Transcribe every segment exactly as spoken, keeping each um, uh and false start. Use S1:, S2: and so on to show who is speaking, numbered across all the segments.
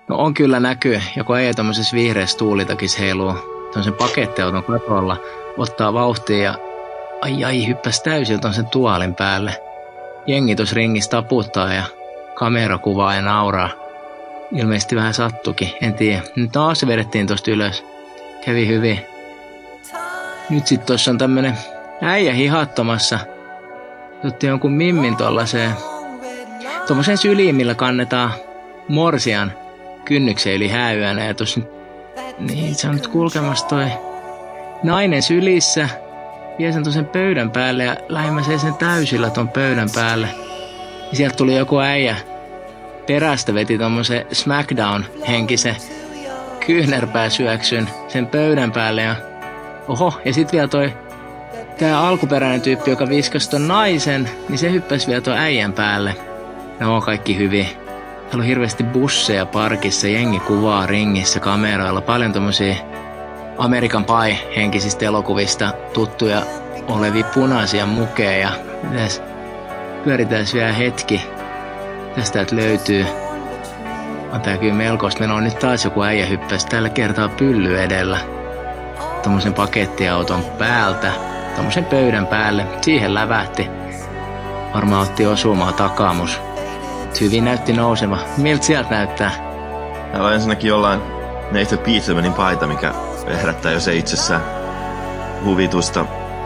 S1: No on kyllä näkyy. Joku äijä tommosessa vihreässä tuulitakissa heiluu tommosen pakettiauton katolla, ottaa vauhtia ja ai ai hyppäs täysin ton sen tuolin päälle. Jengi tuossa ringissä taputtaa ja kamera kuvaa ja nauraa. Ilmeisesti vähän sattukin, en tiedä. Nyt taas vedettiin tosta ylös. Kävi hyvin. Nyt sit tossa on tämmönen äijä hihattomassa. Otti jonkun mimmin tollaseen. Tuommoisen syliin, millä kannetaan morsian kynnyksen yli hääyönä. Ja tossa nyt, niin se on nyt kulkemassa toi nainen sylissä. Vie sen tuossen pöydän päälle ja lähimmä se sen täysillä ton pöydän päälle. Ja sieltä tuli joku äijä. Perästä veti tommosen Smackdown-henkisen kyynärpääsyöksyn sen pöydän päälle. Ja oho, ja sit vielä toi tää alkuperäinen tyyppi, joka viskasi ton naisen, niin se hyppäsi vielä ton äijän päälle. No kaikki hyvin. Täällä on hirveästi busseja parkissa, jengi kuvaa ringissä kameroilla. Paljon tommosia American Pie-henkisistä elokuvista tuttuja olevia punaisia mukeja. Mitäs pyöritään vielä hetki. Tästä täältä löytyy. On tää kyllä melkoista. Meillä on nyt taas joku äijä hyppäsi tällä kertaa pylly edellä. Tommosen pakettiauton päältä. Tommosen pöydän päälle. Siihen lävähti. Varmaan otti osumaa takaamus. Hyvin näytti nouseva. Miltä sieltä näyttää?
S2: Täällä on ensinnäkin jollain Nathan Petermanin paita, mikä herättää jo se itsessään huvitusta.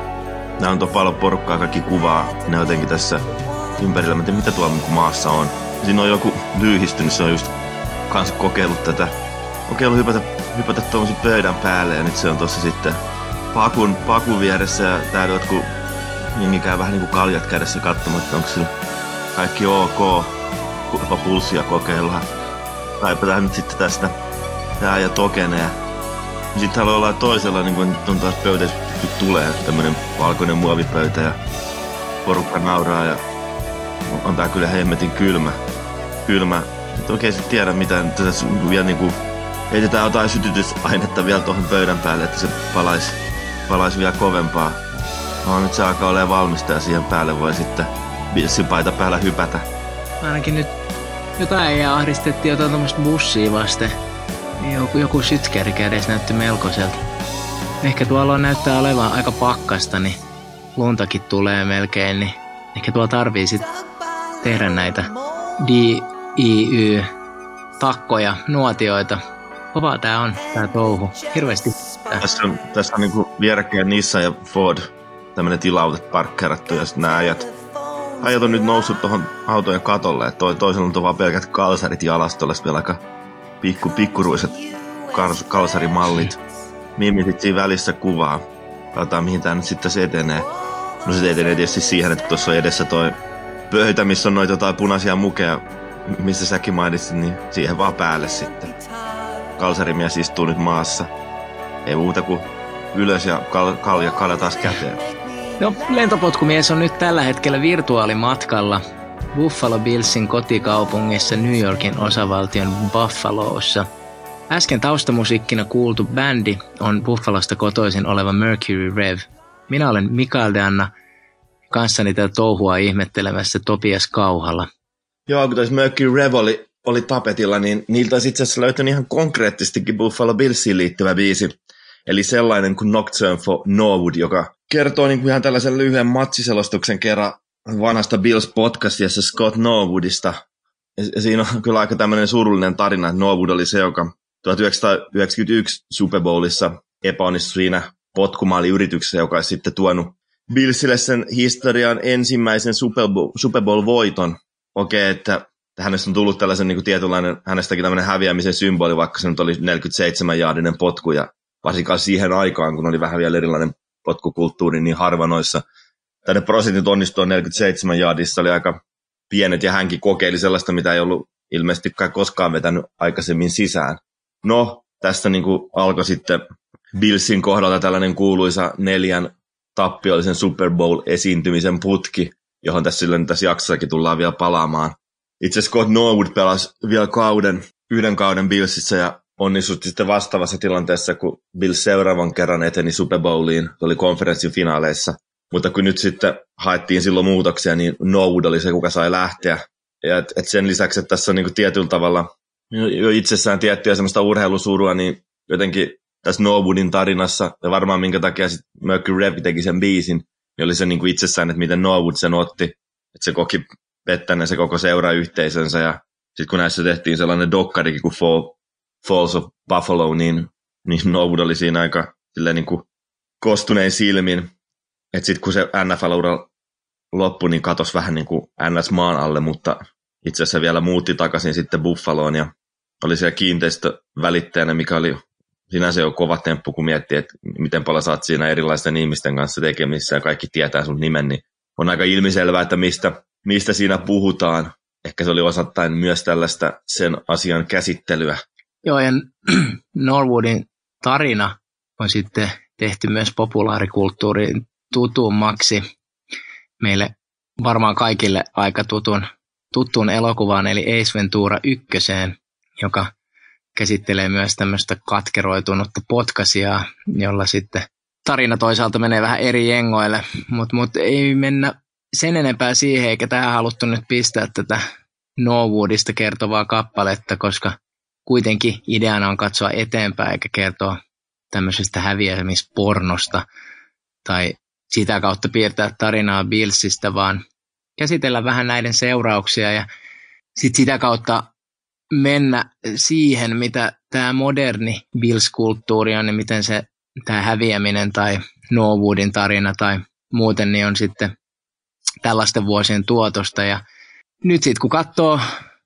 S2: Nää on tuo paljon porukkaa, kaikki kuvaa. Ne jotenkin tässä ympärillä. Mä en tiedä, mitä tuolla maassa on. Siinä on joku lyyhistynyt, se on just kans kokeillut tätä. Kokeillut hypätä, hypätä tuollaisen pöydän päälle ja nyt se on tossa sitten pakun, pakun vieressä ja täällä jotkut jengi käy vähän niinku kaljat kädessä katsomatta, onko sillä kaikki ok. Jopa pulssia kokeillaan. Kaipataan nyt sitten tästä tää ja tokenee. Sitten täällä ollaan toisella, niin kun on taas pöytä tulee, tämmönen valkoinen muovipöytä ja porukka nauraa ja on tää kyllä hemmetin kylmä. Kylmä. Et oikein sit tiedä mitään, tässä vielä niinku heitetään jotain sytytysainetta vielä tuohon pöydän päälle, että se palaisi palais vielä kovempaa. No nyt se alkaa olemaan valmista ja siihen päälle voi sitten bissipaita päällä hypätä.
S1: Ainakin nyt jotain äijää ahdistettiin jotain tommoista bussia vasten. Joku, joku sytkäri kädessä näytti melkoiselta. Ehkä tuolla on näyttää olevan aika pakkasta, niin luntakin tulee melkein, niin ehkä tuolla tarvii sit tehdä näitä D I Y-takkoja, nuotioita. Kovaa tää on, tää touhu. Hirveesti.
S2: Tässä on, tässä on niinku vierekkäin Nissan ja Ford tämmönen tilaute parkkeerattu ja sit nää äijät, äijät on nyt noussut tohon autojen katolle. Toi, toisella on vaan pelkät kalsarit jalastolla, vielä aika pikku, pikkuruiset kalsarimallit. Mimmitit siinä välissä kuvaa. Katsotaan mihin tää nyt sitten se etenee. No se etenee tietysti siihen, että tuossa on edessä toi pöytä, missä on noita jotain punaisia mukeja, missä säkin mainitsit, niin siihen vaan päälle sitten. Kalsarimies istuu nyt maassa. Ei muuta kuin ylös ja kal- kalja kalja taas käteen.
S1: No, lentopotkumies on nyt tällä hetkellä virtuaalimatkalla Buffalo Billsin kotikaupungissa New Yorkin osavaltion Buffalossa. Äsken taustamusiikkina kuultu bändi on Buffalosta kotoisin oleva Mercury Rev. Minä olen Mikael Danna, kanssani tätä touhua ihmettelemässä Topias Kauhala.
S2: Joo, kun tässä Mercury Rev oli, oli tapetilla, niin niiltä olisi itse asiassa löytynyt ihan konkreettistikin Buffalo Billsiin liittyvä biisi. Eli sellainen kuin Nocturne for Norwood, joka kertoo niin kuin ihan tällaisen lyhyen matsiselostuksen kerran vanhasta Bills-podcastissa Scott Norwoodista. Ja siinä on kyllä aika tämmöinen surullinen tarina, että Norwood oli se, joka tuhatyhdeksänsataayhdeksänkymmentäyksi Super Bowlissa epäonnistui siinä potkumaaliyrityksessä, joka olisi sitten tuonut Billsille sen historian ensimmäisen Super Bowl, Super Bowl-voiton. Okei, että hänestä on tullut tällaisen niin kuin tietynlainen, hänestäkin tämmöinen häviämisen symboli, vaikka se nyt oli neljäkymmentäseitsemän jaardinen potku, ja varsinkaan siihen aikaan, kun oli vähän vielä erilainen potkukulttuuri niin harva noissa. Tänne prosentit onnistua neljäkymmentäseitsemän jaardissa oli aika pienet, ja hänkin kokeili sellaista, mitä ei ollut ilmeisesti koskaan vetänyt aikaisemmin sisään. No, tästä niin kuin alkoi sitten Billsin kohdalta tällainen kuuluisa neljän tappiollisen Super Bowl-esiintymisen putki, johon tässä, silloin, tässä jaksossakin tullaan vielä palaamaan. Itse Scott Norwood pelasi vielä kauden, yhden kauden Billsissä ja onnistui sitten vastaavassa tilanteessa, kun Bills seuraavan kerran eteni Super Bowliin, se oli konferenssin finaaleissa. Mutta kun nyt sitten haettiin silloin muutoksia, niin Norwood oli se, kuka sai lähteä. Ja et, et sen lisäksi, että tässä on niinku tietyllä tavalla jo itsessään tiettyä semmoista urheilusurua, niin jotenkin tässä Norwoodin tarinassa, ja varmaan minkä takia sitten Mercury Rev teki sen biisin, niin oli se niin kuin itsessään, että miten Norwood sen otti, että se koki pettäneen se koko seurayhteisönsä, ja sitten kun näissä tehtiin sellainen dokkarikin kuin Fall, Falls of Buffalo, niin, niin Norwood oli siinä aika niin kuin kostunein silmin, että sitten kun se N F L-ura loppui, niin katosi vähän niin kuin N S maan alle, mutta itse asiassa vielä muutti takaisin sitten Buffaloon, ja oli siellä kiinteistövälittäjänä, mikä oli sinänsä jo kova temppu, kun miettii, että miten paljon saat siinä erilaisten ihmisten kanssa tekemissä ja kaikki tietää sun nimen, niin on aika ilmiselvää, että mistä, mistä siinä puhutaan. Ehkä se oli osattain myös tällaista sen asian käsittelyä.
S1: Joo, ja Norwoodin tarina on sitten tehty myös populaarikulttuuriin tutummaksi meille varmaan kaikille aika tutun, tuttuun elokuvaan, eli Ace Ventura ykköseen, joka käsittelee myös tämmöistä katkeroitunutta potkasijaa, jolla sitten tarina toisaalta menee vähän eri jengoille, mutta mut ei mennä sen enempää siihen, eikä tähän haluttu nyt pistää tätä Norwoodista kertovaa kappaletta, koska kuitenkin ideana on katsoa eteenpäin eikä kertoa tämmöisestä häviämispornosta tai sitä kautta piirtää tarinaa Billsistä, vaan käsitellä vähän näiden seurauksia ja sitten sitä kautta mennä siihen, mitä tämä moderni Bills-kulttuuri on ja miten se tämä häviäminen tai Norwoodin tarina tai muuten niin on sitten tällaisten vuosien tuotosta. Ja nyt sitten kun katsoo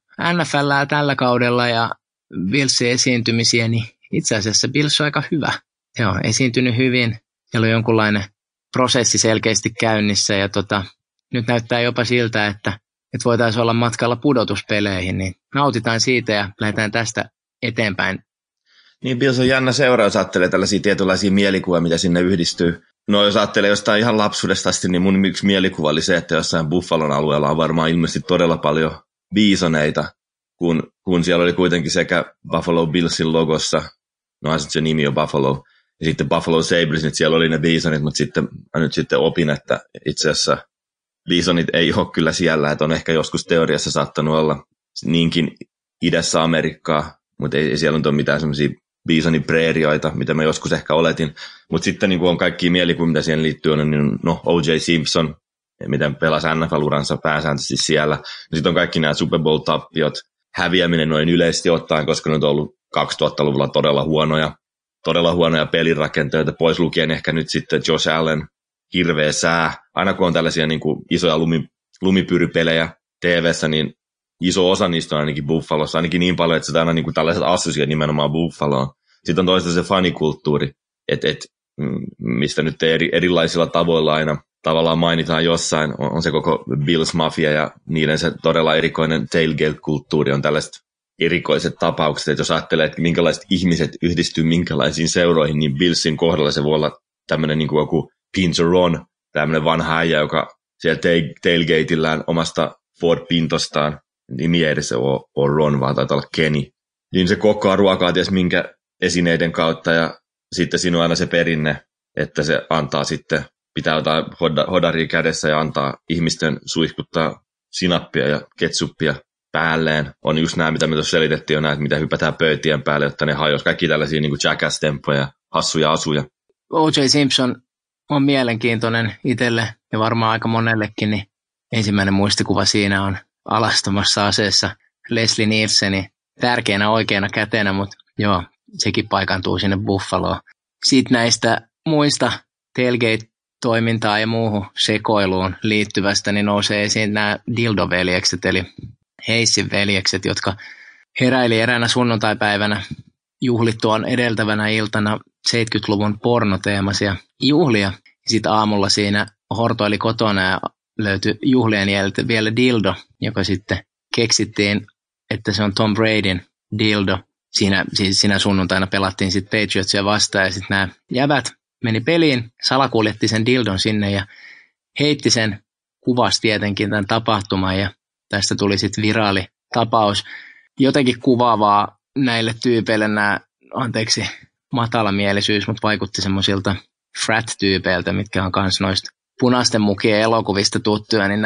S1: N F L:ää tällä kaudella ja Billsin esiintymisiä, niin itse asiassa Bills on aika hyvä. Joo, esiintynyt hyvin. Siellä on jonkunlainen prosessi selkeästi käynnissä ja tota, nyt näyttää jopa siltä, että, että voitaisiin olla matkalla pudotuspeleihin, niin nautitaan siitä ja lähdetään tästä eteenpäin.
S2: Niin, Bills on jännä seura, jos ajattelee tällaisia tietynlaisia mielikuvia, mitä sinne yhdistyy. No jos ajattelee jostain ihan lapsuudesta asti, niin mun yksi mielikuva oli se, että jossain Buffalon alueella on varmaan ilmeisesti todella paljon biisoneita, kun, kun siellä oli kuitenkin sekä Buffalo Billsin logossa, no se nimi on Buffalo, ja sitten Buffalo Sabres, niin siellä oli ne biisonit, mutta sitten mä nyt sitten opin, että itse asiassa biisonit ei ole kyllä siellä, että on ehkä joskus teoriassa saattanut olla niinkin idässä Amerikkaa, mutta ei, ei siellä ole mitään semmoisia biisonipreerioita, mitä mä joskus ehkä oletin. Mutta sitten niin on kaikkia mielikuvia, mitä siihen liittyy, on niin, no, O J Simpson, miten pelasi N F L-uransa pääsääntöisesti siellä. Sitten on kaikki nämä Super Bowl-tappiot, häviäminen noin yleisesti ottaen, koska ne on ollut kaksituhattaluvulla todella huonoja, todella huonoja pelirakenteita, pois lukien ehkä nyt sitten Josh Allen, hirveä sää. Aina kun on tällaisia niin kuin isoja lumi, lumipyrypelejä T V:ssä, niin iso osa niistä on ainakin Buffalossa, ainakin niin paljon, että se aina niin kuin tällaiset assosiot nimenomaan Buffaloon. Sitten on toista se fanikulttuuri, että et, mistä nyt eri, erilaisilla tavoilla aina tavallaan mainitaan jossain, on, on se koko Bills Mafia ja niiden se todella erikoinen tailgate-kulttuuri on tällaiset erikoiset tapaukset, että jos ajattelee, että minkälaiset ihmiset yhdistyy minkälaisiin seuroihin, niin Billsin kohdalla se voi olla tämmöinen niin kuin joku Pinto Ron, tämmöinen vanha äijä, joka siellä tailgateillään omasta Ford Pintostaan, nimi ei edes ole, ole Ron, vaan taitaa olla Kenny, niin se kokoaa ruokaa ties minkä esineiden kautta ja sitten siinä on aina se perinne, että se antaa sitten, pitää jotain hodaria kädessä ja antaa ihmisten suihkuttaa sinappia ja ketsuppia päälleen. On just nämä, mitä me tuossa selitettiin jo, näitä, mitä hypätään pöytien päälle, jotta ne hajoisi. Kaikki tällaisia niin kuin jackass-tempoja, hassuja asuja.
S1: O J Simpson on mielenkiintoinen itselle ja varmaan aika monellekin, niin ensimmäinen muistikuva siinä on alastomassa aseessa Leslie Nielsenin tärkeänä oikeana kätenä, mutta joo, sekin paikantuu sinne Buffaloon. Sitten näistä muista tailgate-toimintaa ja muuhun sekoiluun liittyvästä, niin nousee esiin nämä Dildo-veljekset, eli Heissin veljekset, jotka heräili eräänä sunnuntaipäivänä juhlittuaan edeltävänä iltana seitsemänkymmentäluvun pornoteemaisia juhlia. Sitten aamulla siinä hortoili kotona ja löytyi juhlien jäljiltä vielä dildo, joka sitten keksittiin, että se on Tom Bradyn dildo. Siinä, siis siinä sunnuntaina pelattiin sitten Patriotsia vastaan ja sitten nämä jävät meni peliin, salakuljetti sen dildon sinne ja heitti sen, kuvasi tietenkin tämän tapahtuman ja tästä tuli sitten viraali tapaus. Jotenkin kuvaavaa näille tyypeille nämä, anteeksi, matalamielisyys, mutta vaikutti semmoisilta frat-tyypeiltä, mitkä on myös noista punaisten mukien elokuvista tuttuja, niin nämä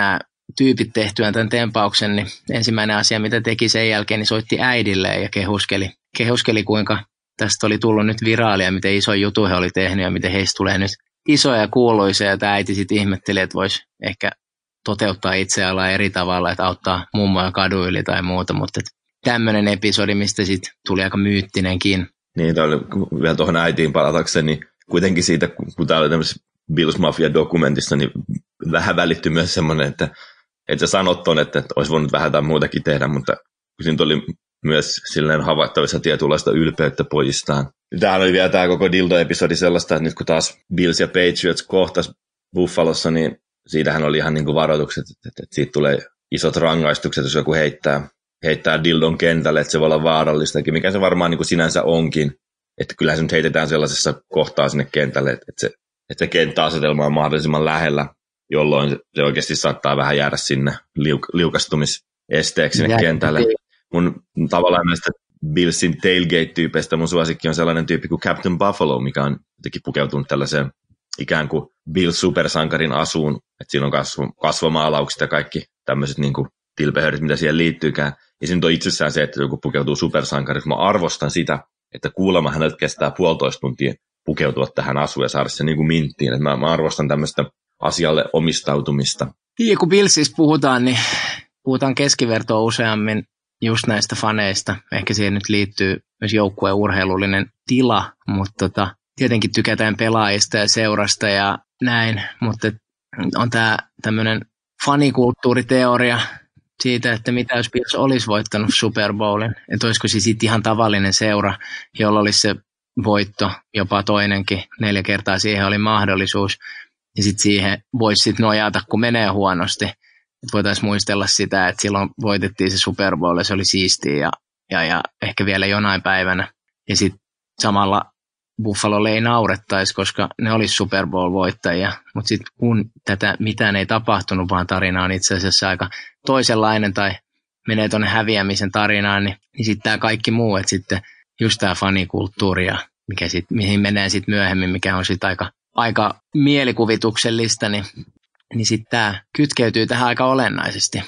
S1: tyypit tehtyään tämän tempauksen, niin ensimmäinen asia, mitä teki sen jälkeen, niin soitti äidilleen ja kehuskeli, kehuskeli kuinka tästä oli tullut nyt viraalia, miten iso jutu he oli tehnyt ja miten heistä tulee nyt isoja ja kuuluisia. Ja tämä äiti sitten ihmetteli, että voisi ehkä toteuttaa itseään eri tavalla, että auttaa mummoja kadun yli tai muuta, mutta tämmöinen episodi, mistä sitten tuli aika myyttinenkin.
S2: Niin, tämä oli vielä tuohon äitiin palatakseni, niin kuitenkin siitä, kun tämä oli tämmöisessä Bills Mafia-dokumentissa, niin vähän välittyi myös semmoinen, että, että sä sanot ton, että, että olisi voinut vähän jotain muutakin tehdä, mutta siinä oli myös silleen havaittavissa tietynlaista ylpeyttä pojistaan. Tämähän oli vielä tämä koko dildo-episodi sellaista, että nyt kun taas Bills ja Patriots kohtas Buffalossa, niin siitähän oli ihan niin kuin varoitukset, että, että, että siitä tulee isot rangaistukset, jos joku heittää, heittää dildon kentälle, että se voi olla vaarallistakin, mikä se varmaan niin kuin sinänsä onkin. Että kyllähän se nyt heitetään sellaisessa kohtaa sinne kentälle, että, että, se, että se kenttäasetelma on mahdollisimman lähellä, jolloin se oikeasti saattaa vähän jäädä sinne liuk- liukastumisesteeksi sinne kentälle. Mun tavallaan näistä Billsin tailgate-tyypeistä mun suosikki on sellainen tyyppi kuin Captain Buffalo, mikä on jotenkin pukeutunut tällaiseen ikään kuin Bill-supersankarin asuun, että siinä on kasvo, kasvomaalaukset ja kaikki tämmöiset niin kuin tilpehöydät, mitä siihen liittyykään. Ja siinä on itsessään se, että joku pukeutuu supersankariksi. Mä arvostan sitä, että kuulemma häneltä kestää puolitoista tuntia pukeutua tähän asuun ja saada se niin kuin minttiin. Että mä, mä arvostan tämmöistä asialle omistautumista.
S1: Ja kun Billsistä puhutaan, niin puhutaan keskivertoa useammin just näistä faneista. Ehkä siihen nyt liittyy myös joukkueen urheilullinen tila, mutta tota, tietenkin tykätään pelaajista ja seurasta ja näin, mutta on tämä tämmöinen fanikulttuuriteoria siitä, että mitä jos Bills olisi voittanut Super Bowlin, että olisiko se sitten ihan tavallinen seura, jolla olisi se voitto, jopa toinenkin, neljä kertaa siihen oli mahdollisuus, ja sitten siihen voisi sitten nojata, kun menee huonosti. Että voitaisiin muistella sitä, että silloin voitettiin se Super Bowl ja se oli siistiä ja, ja, ja ehkä vielä jonain päivänä. Ja sitten samalla Buffalolle ei naurettaisi, koska ne olisi Super Bowl-voittajia. Mutta sitten kun tätä mitään ei tapahtunut, vaan tarina on itse asiassa aika toisenlainen tai menee tuonne häviämisen tarinaan, niin, niin sitten tämä kaikki muu, että sitten just tämä fanikulttuuri, ja mikä sit, mihin menee sitten myöhemmin, mikä on sitten aika, aika mielikuvituksellista, niin niin sitten tämä kytkeytyy tähän aika olennaisesti.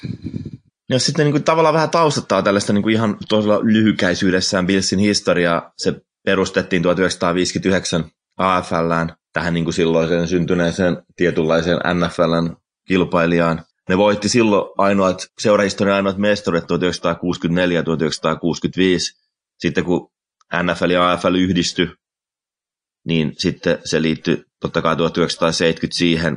S2: Ja sitten niin kuin tavallaan vähän taustattaa tällaista niin kuin ihan todella lyhykäisyydessään Billsin historiaa. Se perustettiin tuhatyhdeksänsataaviisikymmentäyhdeksän A F L:ään tähän niin kuin silloiseen syntyneeseen tietynlaiseen N F L:n kilpailijaan. Ne voitti silloin ainoat, seurahistorian ainoat mestaruudet tuhatyhdeksänsataakuusikymmentäneljä ja tuhatyhdeksänsataakuusikymmentäviisi. Sitten kun N F L ja A F L yhdistyi, niin sitten se liittyi totta kai tuhatyhdeksänsataaseitsemänkymmentä siihen,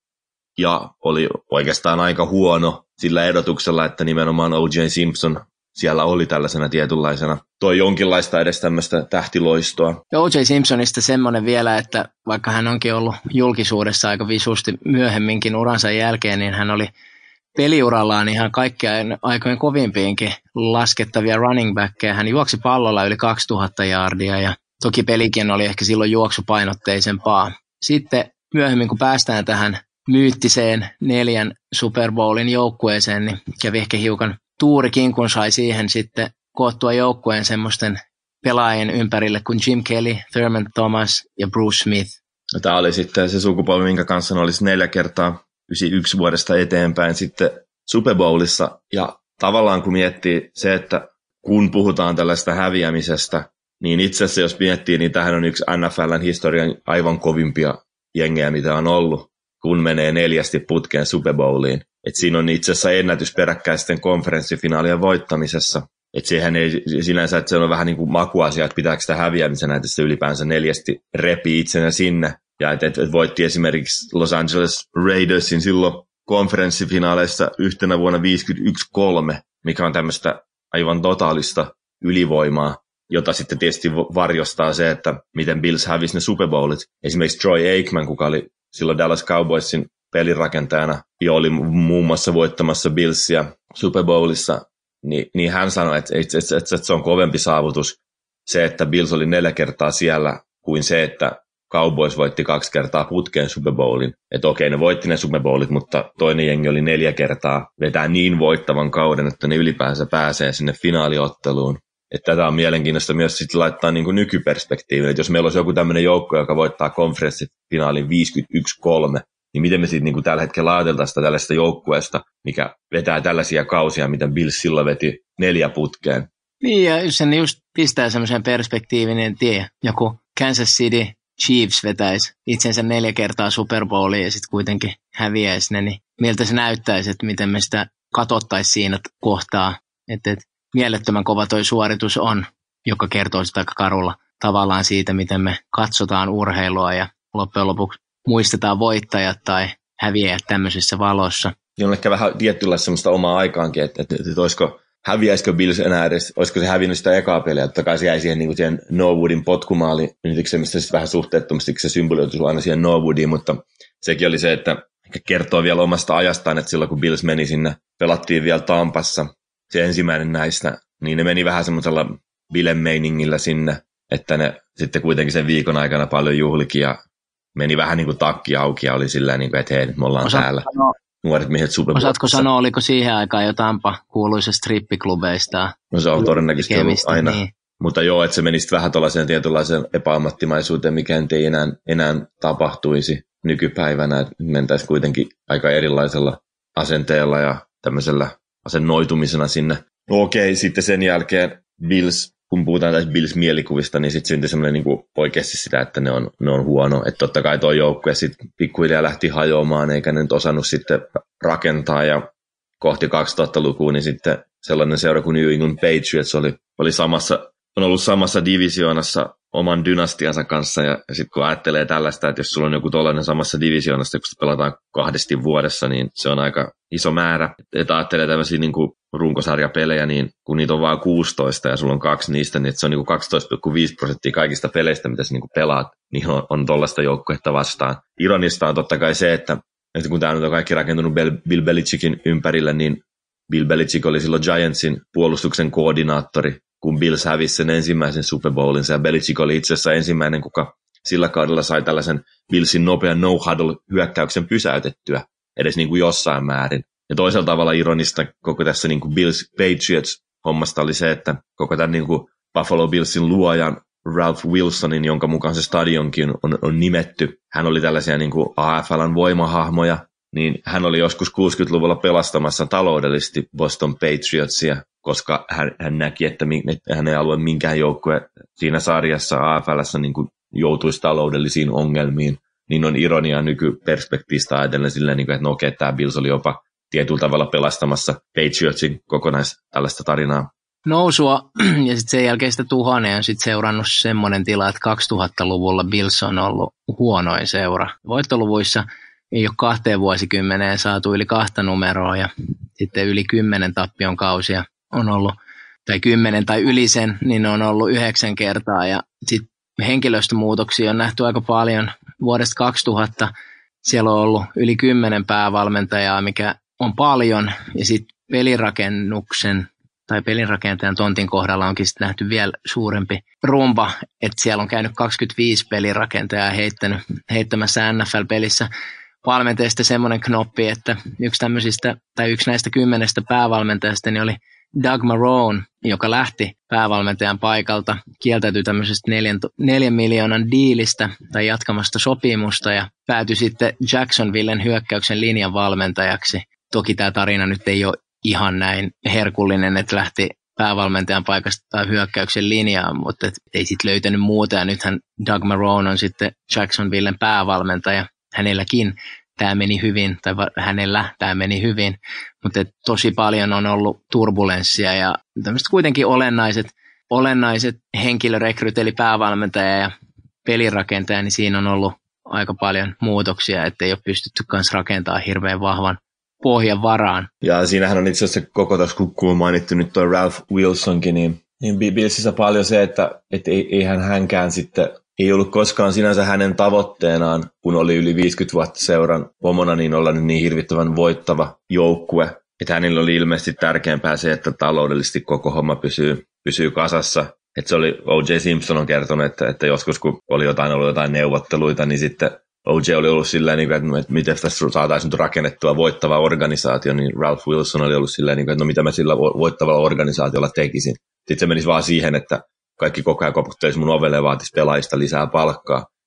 S2: ja oli oikeastaan aika huono sillä ehdotuksella, että nimenomaan O J Simpson siellä oli tällaisena tietynlaisena. Toi jonkinlaista edes tämmöistä tähtiloistoa.
S1: O J Simpsonista semmoinen vielä, että vaikka hän onkin ollut julkisuudessa aika visusti myöhemminkin uransa jälkeen, niin hän oli peliurallaan ihan kaikkien aikojen kovimpiinkin laskettavia running backkejä. Hän juoksi pallolla yli kaksituhatta jaardia ja toki pelikin oli ehkä silloin juoksupainotteisempaa. Sitten myöhemmin kun päästään tähän myyttiseen neljän Super Bowlin joukkueeseen, niin kävi ehkä hiukan tuurikin, kun sai siihen sitten koottua joukkueen semmoisten pelaajien ympärille kuin Jim Kelly, Thurman Thomas ja Bruce Smith.
S2: Tämä oli sitten se sukupolvi, minkä kanssa olisi neljä kertaa yhdeksänkymmentäyksi vuodesta eteenpäin sitten Super Bowlissa. Ja tavallaan kun miettii se, että kun puhutaan tällaista häviämisestä, niin itse asiassa jos miettii, niin tämähän on yksi N F L:n historian aivan kovimpia jengejä, mitä on ollut, kun menee neljästi putkeen Super Bowliin. Et siinä on itse asiassa ennätys peräkkäisten konferenssifinaalien voittamisessa. Et siihen ei sinänsä, että se on vähän niin kuin makuasia, että pitääkö sitä häviämisenä, että se ylipäänsä neljästi repii itsenä sinne. Ja että et, et voitti esimerkiksi Los Angeles Raidersin silloin konferenssifinaaleissa yhtenä vuonna viisikymmentäyksi kolme, mikä on tämmöistä aivan totaalista ylivoimaa, jota sitten tietysti varjostaa se, että miten Bills hävisi ne Super Bowlit. Esimerkiksi Troy Aikman, kuka oli silloin Dallas Cowboysin pelirakentajana ja oli muun muassa voittamassa Billsia Super Bowlissa, niin, niin hän sanoi, että, että, että, että se on kovempi saavutus se, että Bills oli neljä kertaa siellä, kuin se, että Cowboys voitti kaksi kertaa putkeen Super Bowlin. Että okei, ne voitti ne Super Bowlit, mutta toinen jengi oli neljä kertaa vetää niin voittavan kauden, että ne ylipäänsä pääsee sinne finaaliotteluun. Että tätä on mielenkiintoista myös sitten laittaa niin kuin nykyperspektiiviin, että jos meillä olisi joku tämmöinen joukko, joka voittaa konferenssifinaalin viisikymmentäyksi kolme, niin miten me sitten niin kuin tällä hetkellä ajateltaisiin tällaista joukkueesta, mikä vetää tällaisia kausia, mitä Bills silloin veti neljä putkeen.
S1: Niin, ja jos sen just pistää semmoisen perspektiivin, niin en tiedä, joku Kansas City Chiefs vetäisi itsensä neljä kertaa Super Bowliin ja sitten kuitenkin häviäisi ne, niin miltä se näyttäisi, että miten me sitä katsottaisiin siinä kohtaa, että et, mielettömän kova toi suoritus on, joka kertoo sitä aika karulla tavallaan siitä, miten me katsotaan urheilua ja loppujen lopuksi muistetaan voittajat tai häviäjät tämmöisessä valossa.
S2: Niin on ehkä vähän tietynlaista semmoista omaa aikaankin, että, että, että olisiko, häviäisikö Bills enää edes, olisiko se hävinnyt sitä ekaa peliä, totta kai se jäi siihen, niin kuin siihen Norwoodin potkumaaliin, mistä sitten vähän suhteettomasti se symboliutui aina siihen Norwoodiin, mutta sekin oli se, että kertoo vielä omasta ajastaan, että silloin kun Bills meni sinne, pelattiin vielä Tampassa, se ensimmäinen näistä, niin ne meni vähän semmoisella bilemeiningillä sinne, että ne sitten kuitenkin sen viikon aikana paljon juhlikin ja meni vähän niin kuin takki auki ja oli sillä niin kuin, että hei, me ollaan Osaatko täällä. Sanoa, nuoret miehet Super Bowlissa.
S1: Osaatko sanoa, oliko siihen aikaan jo Tampa kuuluisa strippiklubeista?
S2: No se on todennäköisesti ollut aina. Niin. Mutta joo, että se meni sitten vähän tuollaiseen tietynlaiseen epäammattimaisuuteen, mikä ei enää, enää tapahtuisi nykypäivänä. Mentäisiin kuitenkin aika erilaisella asenteella ja tämmöisellä asennoitumisena sinne. No okei, sitten sen jälkeen Bills, kun puhutaan tästä Bills-mielikuvista, niin sitten syntyi semmoinen niin oikeasti sitä, että ne on, ne on huono. Että totta kai tuo joukkue sitten pikkuhiljaa lähti hajoamaan, eikä ne nyt osannut sitten rakentaa. Ja kohti kaksituhattalukua, niin sitten sellainen seura kuin New England Patriots oli, oli samassa, on ollut samassa divisioonassa oman dynastiansa kanssa. Ja, ja sitten kun ajattelee tällaista, että jos sulla on joku tollainen samassa divisioonassa, kun pelataan kahdesti vuodessa, niin se on aika iso määrä. Että ajattelee tämmöisiä niin kuin runkosarjapelejä, niin kun niitä on vain kuusitoista ja sulla on kaksi niistä, niin se on niin kaksitoista pilkku viisi prosenttia kaikista peleistä, mitä sä niin pelaat, niin on, on tollaista joukkuetta vastaan. Ironista on totta kai se, että, että kun tämä nyt on kaikki rakentunut Bill Belichickin ympärille, niin Bill Belichick oli silloin Giantsin puolustuksen koordinaattori, kun Bills hävisi sen ensimmäisen Super Bowlinsa, ja Belichick oli itse asiassa ensimmäinen, kuka sillä kaudella sai tällaisen Billsin nopean no-huddle-hyökkäyksen pysäytettyä, edes niin kuin jossain määrin. Ja toisella tavalla ironista koko tässä niin kuin Bills Patriots-hommasta oli se, että koko tämän niin kuin Buffalo Billsin luojan Ralph Wilsonin, jonka mukaan se stadionkin on, on nimetty, hän oli tällaisia niin kuin A F L:n voimahahmoja, niin hän oli joskus kuusikymmentäluvulla pelastamassa taloudellisesti Boston Patriotsia, koska hän, hän näki, että, että hän ei alue minkään joukkue siinä sarjassa A F L:ssä niin kuin joutuisi taloudellisiin ongelmiin. Niin on ironiaa nykyperspektiivistä ajatellen silleen, että no okei, tämä Bills oli jopa tietyllä tavalla pelastamassa Patriotsin kokonais tällaista tarinaa.
S1: Nousua ja sitten sen jälkeen sitä tuhaneen on sitten seurannut semmoinen tila, että kaksituhattaluvulla Bills on ollut huonoin seura. Voittoluvuissa ei ole kahteen vuosikymmeneen saatu yli kahta numeroa ja sitten yli kymmenen tappion kausia on ollut, tai kymmenen tai yli sen, niin on ollut yhdeksän kertaa ja sitten henkilöstömuutoksia on nähty aika paljon. Vuodesta kaksituhatta siellä on ollut yli kymmenen päävalmentajaa, mikä on paljon, ja sitten pelirakennuksen tai pelinrakentajan tontin kohdalla onkin sitten nähty vielä suurempi rumpa, että siellä on käynyt kaksikymmentäviisi pelirakentajaa heittänyt, heittämässä N F L-pelissä valmentajista semmoinen knoppi, että yksi tämmöisistä, tai yksi näistä kymmenestä päävalmentajasta niin oli Doug Marrone, joka lähti päävalmentajan paikalta, kieltäytyi tämmöisestä neljän, neljän miljoonan diilistä tai jatkamasta sopimusta ja päätyi sitten Jacksonvillen hyökkäyksen linjan valmentajaksi. Toki tämä tarina nyt ei ole ihan näin herkullinen, että lähti päävalmentajan paikasta tai hyökkäyksen linjaan, mutta et ei sitten löytänyt muuta. Ja nythän Doug Marrone on sitten Jacksonvillen päävalmentaja. Hänelläkin tämä meni hyvin, tai hänellä tämä meni hyvin, mutta tosi paljon on ollut turbulenssia ja tämmöiset kuitenkin olennaiset, olennaiset henkilörekryt, eli päävalmentaja ja pelirakentaja, niin siinä on ollut aika paljon muutoksia, ettei ole pystytty myös rakentamaan hirveän vahvan pohjan varaan.
S2: Ja siinähän on itse asiassa koko tässä, kun mainittu nyt tuo Ralph Wilsonkin, niin, niin Billsissä paljon se, että et eihän hänkään sitten ei ollut koskaan sinänsä hänen tavoitteenaan, kun oli yli viisikymmentä vuotta seuran pomona, niin olla nyt niin hirvittävän voittava joukkue. Että hänellä oli ilmeisesti tärkeämpää se, että taloudellisesti koko homma pysyy, pysyy kasassa. Että se oli, O J Simpson on kertonut, että, että joskus kun oli jotain ollut jotain neuvotteluita, niin sitten O J oli ollut silleen, että miten tässä saataisiin nyt rakennettua voittava organisaatio, niin Ralph Wilson oli ollut silleen, että no mitä mä sillä voittavalla organisaatiolla tekisin. Sitten se menisi vaan siihen, että kaikki koko ajan koputtelisi mun ovelle ja vaatisi pelaajista lisää palkkaa.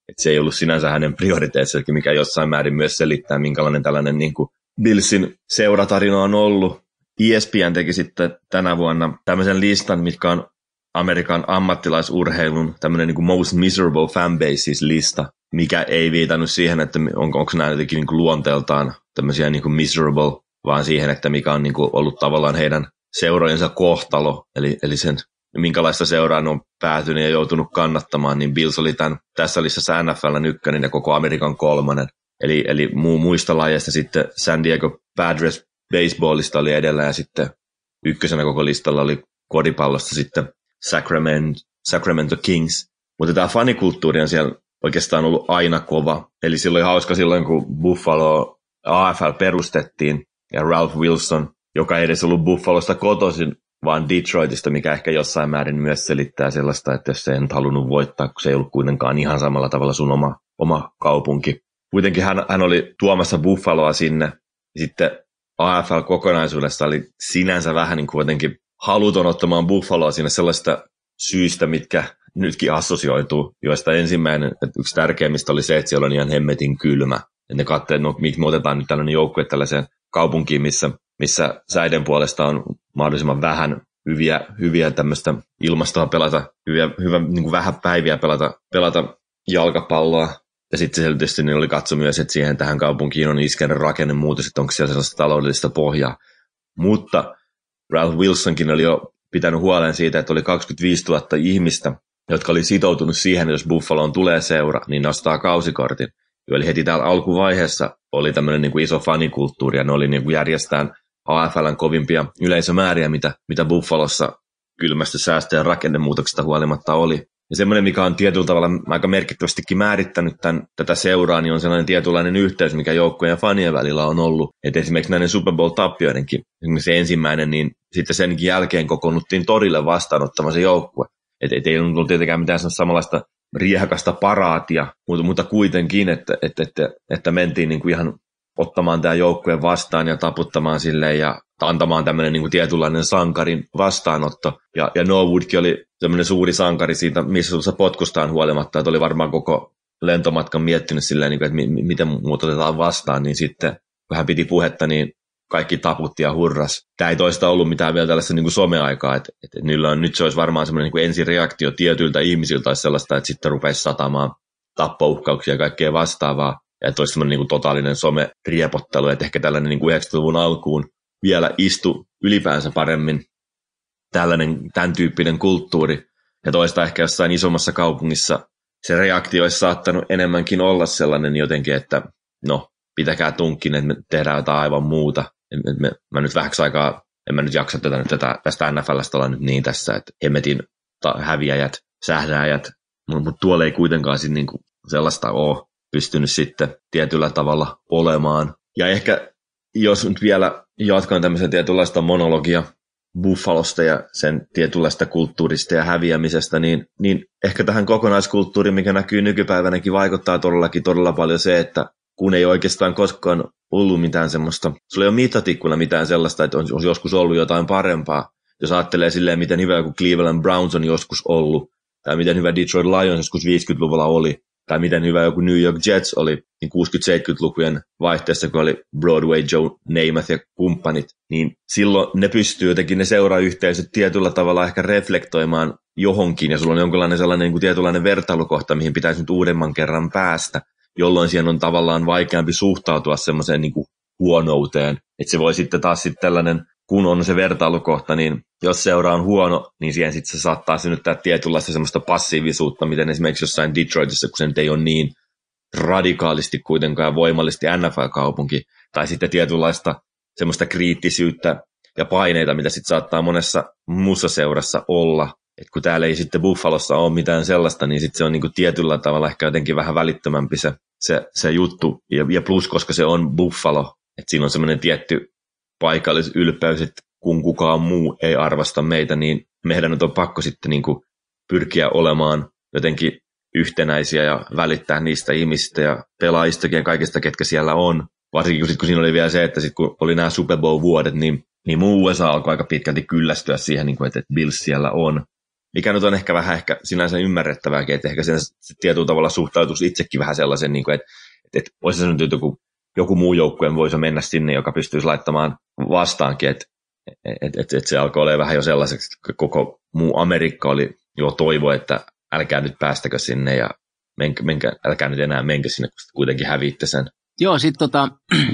S2: että se ei ollut sinänsä hänen prioriteettinsa, mikä jossain määrin myös selittää, minkälainen tällainen niin kuin Billsin seuratarina on ollut. E S P N teki sitten tänä vuonna tämmöisen listan, mitkä on Amerikan ammattilaisurheilun tämmöinen niin kuin most miserable fanbases-lista, mikä ei viitannut siihen, että on, onko nämä jotenkin niin kuin luonteeltaan tämmöisiä niin kuin miserable, vaan siihen, että mikä on niin kuin ollut tavallaan heidän seurojensa kohtalo, eli, eli sen, minkälaista seuraa ne on päätynyt ja joutunut kannattamaan, niin Bills oli tämän, tässä listassa N F L:n ykkönen ja koko Amerikan kolmannen. Eli, eli muu, muista lajeista sitten San Diego Padres baseballista oli edellä ja sitten ykkösenä koko listalla oli koripallosta sitten Sacramento, Sacramento Kings. Mutta tämä fanikulttuuri on siellä oikeastaan ollut aina kova. Eli silloin hauska silloin, kun Buffalo A F L perustettiin ja Ralph Wilson, joka ei edes ollut Buffalosta kotoisin, vaan Detroitista, mikä ehkä jossain määrin myös selittää sellaista, että jos se ei nyt halunnut voittaa, kun se ei ollut kuitenkaan ihan samalla tavalla sun oma, oma kaupunki. Kuitenkin hän, hän oli tuomassa Buffaloa sinne. Sitten A F L kokonaisuudessa oli sinänsä vähän niin kuin jotenkin haluton ottamaan Buffaloa sinne sellaista syistä, mitkä nytkin assosioituu, joista ensimmäinen, että yksi tärkeimmistä oli se, että siellä on ihan hemmetin kylmä. Ja ne katsoivat, no miksi me otetaan nyt tällainen joukkue tällaiseen kaupunkiin, missä, missä säiden puolesta on mahdollisimman vähän hyviä, hyviä tämmöistä ilmastoa pelata, hyviä, hyvä, niin kuin vähän päiviä pelata, pelata jalkapalloa. Ja sitten se tietysti niin oli katso myös, että siihen tähän kaupunkiin on iskenyt rakennemuutos, että onko siellä sellaista taloudellista pohjaa. Mutta Ralph Wilsonkin oli jo pitänyt huolen siitä, että oli kaksikymmentäviisituhatta ihmistä, jotka oli sitoutunut siihen, että jos Buffaloon tulee seura, niin nostaa kausikortin. Eli heti täällä alkuvaiheessa oli tämmöinen niin kuin iso fanikulttuuri, ja ne oli niin kuin järjestään A F L:n kovimpia yleisömääriä, mitä, mitä Buffalossa kylmästä säästö- ja rakennemuutoksesta huolimatta oli. Ja semmoinen, mikä on tietyllä tavalla aika merkittävästikin määrittänyt tämän, tätä seuraa, niin on sellainen tietynlainen yhteys, mikä joukkojen ja fanien välillä on ollut. Että esimerkiksi näiden Super Bowl-tappioidenkin, esimerkiksi se ensimmäinen, niin sitten sen jälkeen kokoonnuttiin torille vastaanottamaan se joukkue. Että et ei ollut tietenkään mitään samanlaista riehakasta paraatia, mutta, mutta kuitenkin, että, että, että, että mentiin niin kuin ihan ottamaan tämä joukkue vastaan ja taputtamaan silleen ja antamaan tämmöinen niin kuin tietynlainen sankarin vastaanotto. Ja, ja Norwoodkin oli tämmöinen suuri sankari siitä, missä se potkustaan huolimatta, että oli varmaan koko lentomatkan miettinyt silleen, niin kuin, että mi- miten muut otetaan vastaan, niin sitten kun hän piti puhetta, niin kaikki taputti ja hurras. Tämä ei toista ollut mitään vielä tällaista niin kuin someaikaa, että, että niillä on, nyt se olisi varmaan semmoinen niin kuin ensireaktio tietyiltä ihmisiltä tai sellaista, että sitten rupeisi satamaan tappouhkauksia ja kaikkea vastaavaa. Ja että olisi semmoinen niin kuin totaalinen some-riepottelu, että ehkä tällainen niin kuin yhdeksänkymmentäluvun alkuun vielä istu ylipäänsä paremmin tällainen, tämän tyyppinen kulttuuri. Ja toista ehkä jossain isommassa kaupungissa se reaktio olisi saattanut enemmänkin olla sellainen jotenkin, että no, pitäkää tunkkin, että me tehdään jotain aivan muuta. Me, mä nyt vähäksi aikaa, en mä nyt jaksa tätä, nyt tätä, tästä N F L:stä olla nyt niin tässä, että hemmetin ta- häviäjät, sähdääjät, mutta mut tuolla ei kuitenkaan sit niinku sellaista ole pystynyt sitten tietyllä tavalla olemaan. Ja ehkä jos nyt vielä jatkan tämmöisen tietynlaista monologia Buffalosta ja sen tietynlaista kulttuurista ja häviämisestä, niin, niin ehkä tähän kokonaiskulttuuriin, mikä näkyy nykypäivänäkin, vaikuttaa todellakin todella paljon se, että kun ei oikeastaan koskaan ollut mitään semmoista, sulla ei ole mittatikkuna mitään sellaista, että on joskus ollut jotain parempaa. Jos ajattelee silleen, miten hyvä joku Cleveland Browns on joskus ollut, tai miten hyvä Detroit Lions joskus viisikymmentäluvulla oli, tai miten hyvä joku New York Jets oli niin kuusikymmentä-seitsemänkymmentälukujen vaihteessa, kun oli Broadway Joe Namath ja kumppanit, niin silloin ne pystyy jotenkin ne seurayhteisöt tietyllä tavalla ehkä reflektoimaan johonkin, ja sulla on jonkinlainen sellainen niin kuin tietynlainen vertailukohta, mihin pitäisi nyt uudemman kerran päästä, jolloin siihen on tavallaan vaikeampi suhtautua semmoiseen niin kuin huonouteen, että se voi sitten taas sitten tällainen, kun on se vertailukohta, niin jos seura on huono, niin siihen sitten se saattaa synnyttää tietynlaista semmoista passiivisuutta, miten esimerkiksi jossain Detroitissa, kun se nyt ei ole niin radikaalisti kuitenkaan voimallisesti N F L-kaupunki, tai sitten tietynlaista semmoista kriittisyyttä ja paineita, mitä sitten saattaa monessa muussa seurassa olla. Et kun täällä ei sitten Buffalossa ole mitään sellaista, niin sitten se on niinku tietyllä tavalla ehkä jotenkin vähän välittömämpi se, se, se juttu. Ja, ja plus, koska se on Buffalo, että siinä on semmoinen tietty paikallisylpeys, että kun kukaan muu ei arvosta meitä, niin meidän nyt on pakko sitten niinku pyrkiä olemaan jotenkin yhtenäisiä ja välittää niistä ihmisistä ja pelaajistakin ja kaikista, ketkä siellä on. Varsinkin kun, sit, kun siinä oli vielä se, että sit, kun oli nämä Super Bowl-vuodet, niin, niin muu U S A alkoi aika pitkälti kyllästyä siihen, niin kuin, että, että Bills siellä on. mikä nyt on ehkä vähän ehkä sinänsä ymmärrettävääkin, että ehkä sen se tietyllä tavalla suhtautuisi itsekin vähän sellaisen, niin kuin, että, että olisi se nyt joku, joku muu joukkue voisi mennä sinne, joka pystyisi laittamaan vastaankin, että että että että se alkoi olla vähän jo sellaiseksi, että koko muu Amerikka oli jo toivo, että älkää nyt päästäkö sinne ja menkä, menkä, älkää nyt enää menkö sinne, kun kuitenkin häviitte sen.
S1: Joo, sitten tota,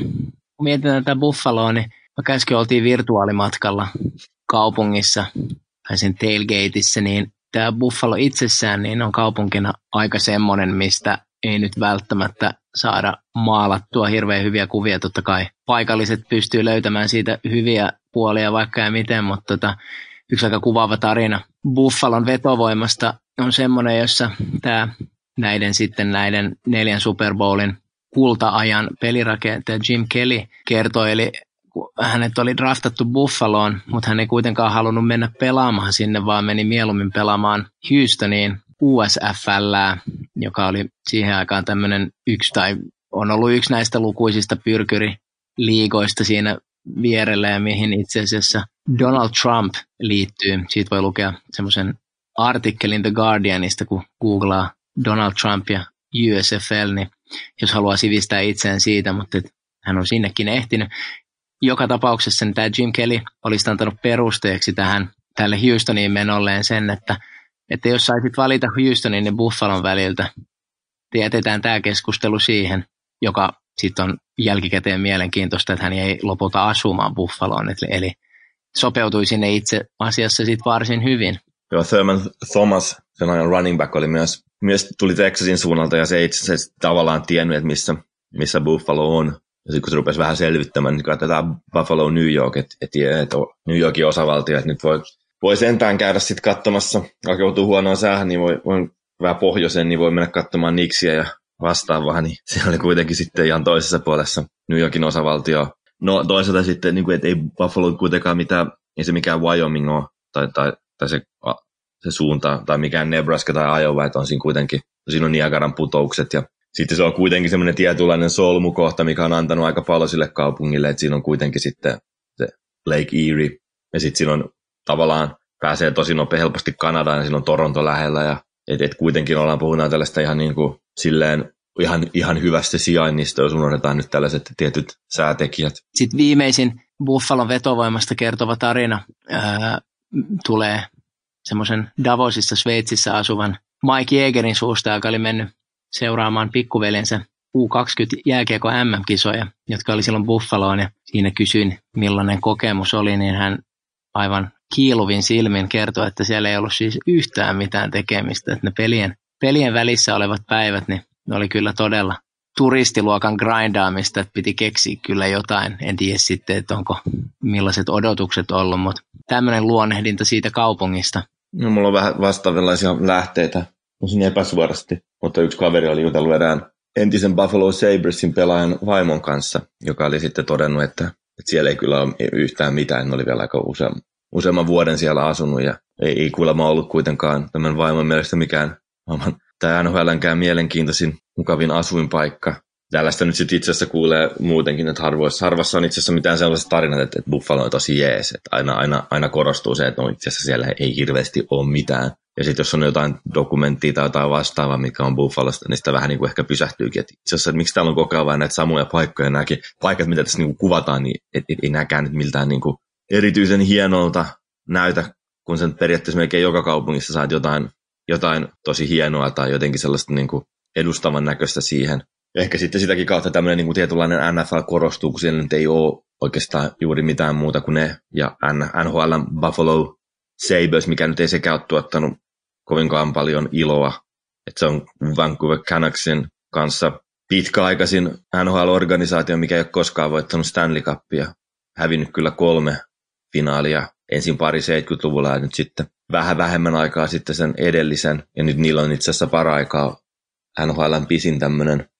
S1: kun mietitään tätä Buffaloa, niin vaikka äsken oltiin virtuaalimatkalla kaupungissa, tai sen tailgateissa, niin tämä Buffalo itsessään niin on kaupunkina aika semmoinen, mistä ei nyt välttämättä saada maalattua hirveän hyviä kuvia. Totta kai paikalliset pystyy löytämään siitä hyviä puolia vaikka ja miten, mutta tota, yksi aika kuvaava tarina Buffalon vetovoimasta on semmoinen, jossa tämä näiden sitten näiden neljän Super Bowlin kulta-ajan pelirakentaja Jim Kelly kertoi, eli hänet oli draftattu Buffaloon, mutta hän ei kuitenkaan halunnut mennä pelaamaan sinne, vaan meni mieluummin pelaamaan Houstoniin U S F L, joka oli siihen aikaan tämmöinen yksi, tai on ollut yksi näistä lukuisista pyrkyriliigoista siinä vierellä, ja mihin itse asiassa Donald Trump liittyy. Siitä voi lukea semmoisen artikkelin The Guardianista, kun googlaa Donald Trump ja U S F L, niin jos haluaa sivistää itseään siitä, mutta hän on sinnekin ehtinyt. Joka tapauksessa niin tämä Jim Kelly olisi antanut perusteeksi tähän, tälle Houstoniin menolleen sen, että, että jos saisit valita Houstonin ja Buffalon väliltä, jätetään tämä keskustelu siihen, joka sitten on jälkikäteen mielenkiintoista, että hän ei lopulta asumaan Buffaloon, eli sopeutui sinne itse asiassa sitten varsin hyvin.
S2: Joo, Thurman Thomas, sen ajan running back, oli myös, myös tuli Texasin suunnalta, ja se ei itse asiassa tavallaan tiennyt, että missä, missä Buffalo on. Ja sitten kun se rupesi vähän selvittämään, niin katsotaan Buffalo, New York, että et, et, New Yorkin osavaltio, että nyt voi, voi sentään käydä sitten katsomassa, vaikka joutuu huonoon säähän, niin voi, voi vähän pohjoiseen, niin voi mennä katsomaan Knicksiä ja vastaavaa, niin se oli kuitenkin sitten ihan toisessa puolessa New Yorkin osavaltio. No toisaalta sitten, niin kuin, että ei Buffalo kuitenkaan mitään, ei se mikään Wyoming ole, tai, tai, tai se, se suunta, tai mikään Nebraska tai Iowa, että on siinä kuitenkin, siinä on Niagaran putoukset, ja sitten se on kuitenkin semmoinen tietynlainen solmukohta, mikä on antanut aika paljon sille kaupungille, että siinä on kuitenkin sitten se Lake Erie, ja sitten siinä on tavallaan, pääsee tosi nopea helposti Kanadaan, ja siinä on Toronto lähellä, ja et, et kuitenkin ollaan puhunut tällaista ihan niin kuin silleen, ihan, ihan hyvästä sijainnista, jos unohdetaan nyt tällaiset tietyt säätekijät.
S1: Sitten viimeisin Buffalon vetovoimasta kertova tarina ää, tulee semmoisen Davosissa Sveitsissä asuvan Mike Jägerin suusta, joka oli mennyt seuraamaan pikkuveljensä U kaksikymmentä-jääkiekko M M-kisoja, jotka oli silloin Buffaloon, ja siinä kysyin, millainen kokemus oli, niin hän aivan kiiluvin silmin kertoi, että siellä ei ollut siis yhtään mitään tekemistä, että ne pelien, pelien välissä olevat päivät, niin ne oli kyllä todella turistiluokan grindaamista, että piti keksiä kyllä jotain, en tiedä sitten, että onko millaiset odotukset ollut, mutta tämmöinen luonnehdinta siitä kaupungista.
S2: No, mulla on vähän vastaavanlaisia lähteitä, on epäsuorasti, mutta yksi kaveri oli jutellut erään entisen Buffalo Sabresin pelaajan vaimon kanssa, joka oli sitten todennut, että, että siellä ei kyllä ole yhtään mitään, ne oli vielä aika useamman, useamman vuoden siellä asunut, ja ei, ei kuulemma ollut kuitenkaan tämän vaimon mielestä mikään tämä N H L:nkään mielenkiintoisin, mukavin asuinpaikka. Tällaista nyt sitten itse asiassa kuulee muutenkin, että harvoissa, harvassa on itse asiassa mitään sellaiset tarinat, että, että Buffalo on tosi jees. Että aina, aina, aina korostuu se, että no itse asiassa siellä ei hirveästi ole mitään. Ja sitten jos on jotain dokumenttia tai jotain vastaavaa, mikä on Buffalosta, niin sitä vähän niin kuin ehkä pysähtyykin. Että itse asiassa, että miksi täällä on koko ajan vain näitä samoja paikkoja, nämäkin paikat, mitä tässä niin kuin kuvataan, niin et, et, ei näkään nyt miltään niin kuin erityisen hienolta näytä, kun sen periaatteessa melkein joka kaupungissa saat jotain, jotain tosi hienoa tai jotenkin sellaista niin kuin edustavan näköistä siihen. Ehkä sitten sitäkin kautta tämmöinen niin kuin tietynlainen N F L korostuu, kun siellä nyt ei ole oikeastaan juuri mitään muuta kuin ne. Ja N H L Buffalo Sabres, mikä nyt ei sekään ole tuottanut kovinkaan paljon iloa. Että se on Vancouver Canucksin kanssa pitkäaikaisin N H L-organisaatio, mikä ei ole koskaan voittanut Stanley Cupia. Hävinnyt kyllä kolme finaalia. Ensin pari seitsemänkymmentäluvulla ja nyt sitten vähän vähemmän aikaa sitten sen edellisen. Ja nyt niillä on itse asiassa paraikaa N H L:n pisin tämmöinen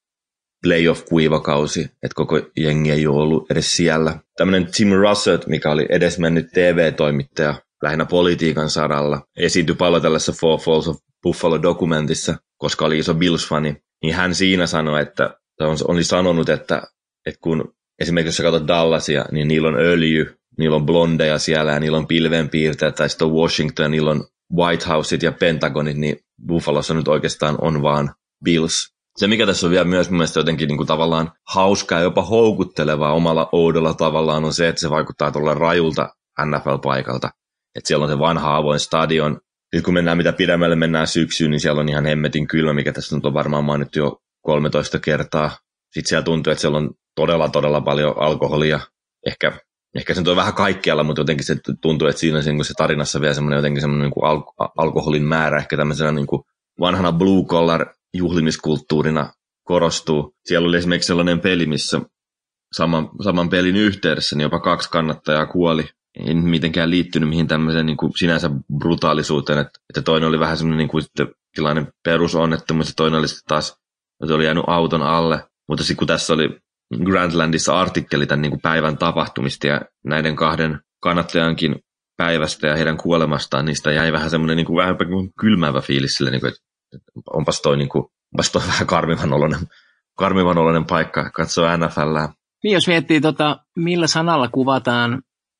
S2: playoff-kuivakausi, että koko jengi ei ole ollut edes siellä. Tämmöinen Tim Russert, mikä oli edesmennyt T V-toimittaja lähinnä politiikan saralla, esiintyi paljon tällaisessa Four Falls of Buffalo-dokumentissa, koska oli iso Bills-fani, niin hän siinä sanoi, että on, oli sanonut, että, että kun esimerkiksi jos sä katsot Dallasia, niin niillä on öljy, niillä on blondeja siellä ja niillä on pilvenpiirteet, tai sitten on Washington ja niillä on White Houseit ja Pentagonit, niin Buffalossa nyt oikeastaan on vaan Bills. Se, mikä tässä on vielä myös mun mielestä jotenkin niin kuin tavallaan hauskaa ja jopa houkuttelevaa omalla oudolla tavallaan, on se, että se vaikuttaa tuolla rajulta N F L-paikalta. Että siellä on se vanha avoin stadion. Sitten kun mennään mitä pidemmälle mennään syksyyn, niin siellä on ihan hemmetin kylmä, mikä tässä nyt on varmaan mainittu jo kolmetoista kertaa. Sitten siellä tuntuu, että siellä on todella, todella paljon alkoholia. Ehkä, ehkä se on vähän kaikkialla, mutta jotenkin se tuntuu, että siinä on se tarinassa vielä semmoinen jotenkin semmoinen niin kuin al- alkoholin määrä, ehkä tämmöisenä niin kuin vanhana blue collar juhlimiskulttuurina korostuu. Siellä oli esimerkiksi sellainen peli, missä saman, saman pelin yhteydessä niin jopa kaksi kannattajaa kuoli. Ei mitenkään liittynyt mihin tämmöiseen niin kuin sinänsä brutaalisuuteen, että, että toinen oli vähän semmoinen niin kuin tilanne perusonnettomuus, ja toinen oli sitten taas, että oli jäänyt auton alle. Mutta sitten kun tässä oli Grantlandissa artikkeli tämän niin kuin päivän tapahtumista ja näiden kahden kannattajankin päivästä ja heidän kuolemastaan, niistä jäi vähän semmoinen niin kuin vähän kylmäävä fiilis sille, niin kuin, että onpas toi, niin kuin, onpas toi vähän karmivan oloinen, karmivan oloinen paikka katsoa N F L:ää.
S1: Niin, jos miettii, tota, millä sanalla kuvataan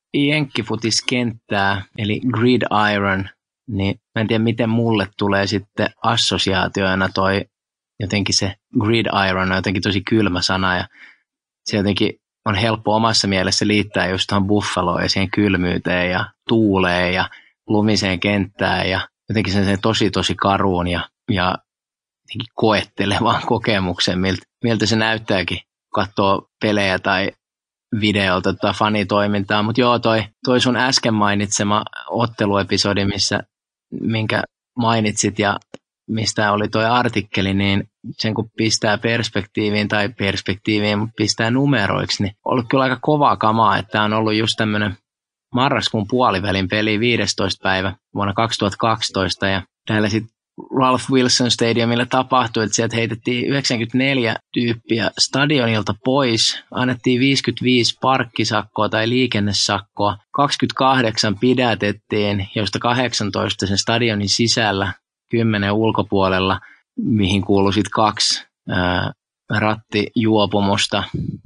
S1: jenkkifutiskentää, eli gridiron, niin mä en tiedä, miten mulle tulee sitten assosiaatioina toi jotenkin se gridiron on jotenkin tosi kylmä sana, ja se jotenkin on helppo omassa mielessä liittää just tuohon Buffaloon ja siihen kylmyyteen ja tuuleen ja lumiseen kenttään ja jotenkin sen tosi tosi karuun ja, ja koettelevaan kokemukseen, miltä, miltä se näyttääkin, katsoo pelejä tai videolta tai fanitoimintaa. Mutta joo, toi, toi sun äsken mainitsema otteluepisodi, missä, minkä mainitsit ja mistä oli toi artikkeli, niin sen kun pistää perspektiiviin tai perspektiiviin, mutta pistää numeroiksi, niin on ollut kyllä aika kovaa kamaa, että on ollut just tämmöinen marraskuun puolivälin peli viidestoista päivä vuonna kaksituhattakaksitoista ja täällä sitten Ralph Wilson Stadiumilla tapahtui, että sieltä heitettiin yhdeksänkymmentäneljä tyyppiä stadionilta pois, annettiin viisikymmentäviisi parkkisakkoa tai liikennesakkoa, kaksikymmentäkahdeksan pidätettiin, joista kahdeksantoista sen stadionin sisällä, kymmenen ulkopuolella, mihin kuului sitten kaksi ää, rattijuopumusta.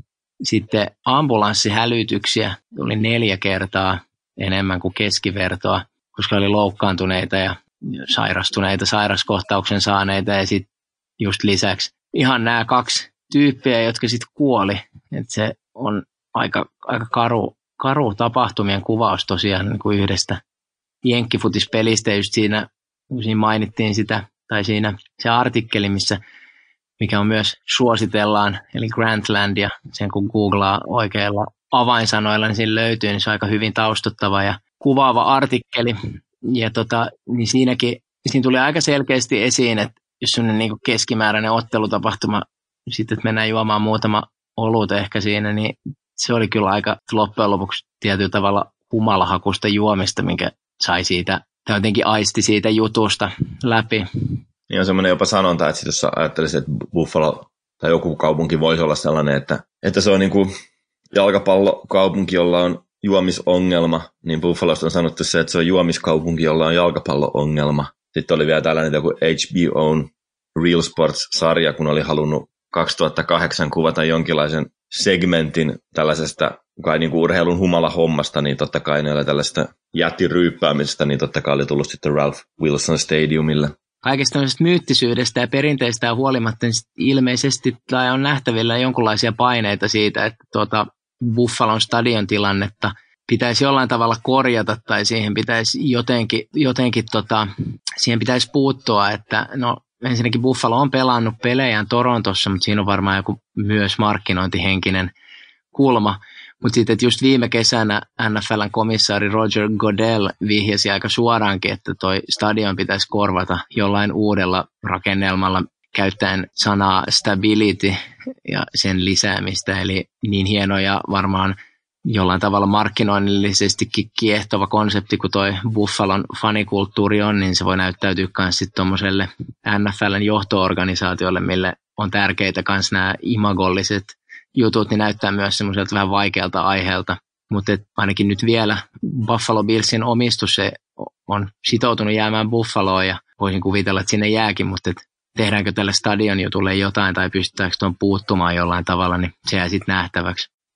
S1: Sitten ambulanssihälytyksiä tuli neljä kertaa enemmän kuin keskivertoa, koska oli loukkaantuneita ja sairastuneita, sairaskohtauksen saaneita ja sitten just lisäksi ihan nämä kaksi tyyppiä, jotka sitten kuoli. Et se on aika, aika karu, karu tapahtumien kuvaus tosiaan niin kuin yhdestä jenkkifutispelistä. Just siinä, kun siinä mainittiin sitä, tai siinä se artikkeli, missä, mikä on myös suositellaan, eli Grantland, ja sen kun googlaa oikeilla avainsanoilla, niin siinä löytyy, niin se on aika hyvin taustuttava ja kuvaava artikkeli. Ja tota, niin siinäkin, siinä tuli aika selkeästi esiin, että jos sellainen niin kuin keskimääräinen ottelutapahtuma, sitten että mennään juomaan muutama olut ehkä siinä, niin se oli kyllä aika loppujen lopuksi tietyllä tavalla humalahakusta juomista, minkä sai siitä, tai jotenkin aisti siitä jutusta läpi.
S2: Niin on semmoinen jopa sanonta, että jos ajattelisit, että Buffalo tai joku kaupunki voisi olla sellainen, että, että se on niin kuin jalkapallokaupunki, jolla on juomisongelma, niin Buffalosta on sanottu se, että se on juomiskaupunki, jolla on jalkapallo-ongelma. Sitten oli vielä tällainen joku H B O:n Real Sports-sarja, kun oli halunnut kaksituhattakahdeksan kuvata jonkinlaisen segmentin tällaisesta kai niin kuin urheilun humalahommasta, niin totta kai ne oli tällaista jättiryyppäämisestä, niin totta kai oli tullut sitten Ralph Wilson Stadiumille.
S1: Kaikesta tämmöisestä myyttisyydestä ja perinteistä ja huolimatta niin ilmeisesti tai on nähtävillä jonkinlaisia paineita siitä, että tuota Buffalon stadion tilannetta pitäisi jollain tavalla korjata tai siihen pitäisi jotenkin, jotenkin tota, siihen pitäisi puuttua, että no ensinnäkin Buffalo on pelannut pelejään Torontossa, mutta siinä on varmaan joku myös markkinointihenkinen kulma. Mutta sitten, että just viime kesänä N F L:n komissaari Roger Goodell vihjasi aika suoraankin, että toi stadion pitäisi korvata jollain uudella rakennelmalla käyttäen sanaa stability ja sen lisäämistä. Eli niin hieno ja varmaan jollain tavalla markkinoinnillisestikin kiehtova konsepti, kun toi Buffalon fanikulttuuri on, niin se voi näyttäytyä myös sitten tuommoiselle N F L:n johto-organisaatiolle, mille on tärkeitä myös nämä imagolliset jutut, niin näyttää myös semmoiselta vähän vaikealta aiheelta. Mutta ainakin nyt vielä Buffalo Billsin omistus se on sitoutunut jäämään Buffaloon ja voisin kuvitella, että sinne jääkin, mutta tehdäänkö tälle stadionjutulle jotain tai pystytäänkö tuon puuttumaan jollain tavalla, niin se jää sitten nähtäväksi.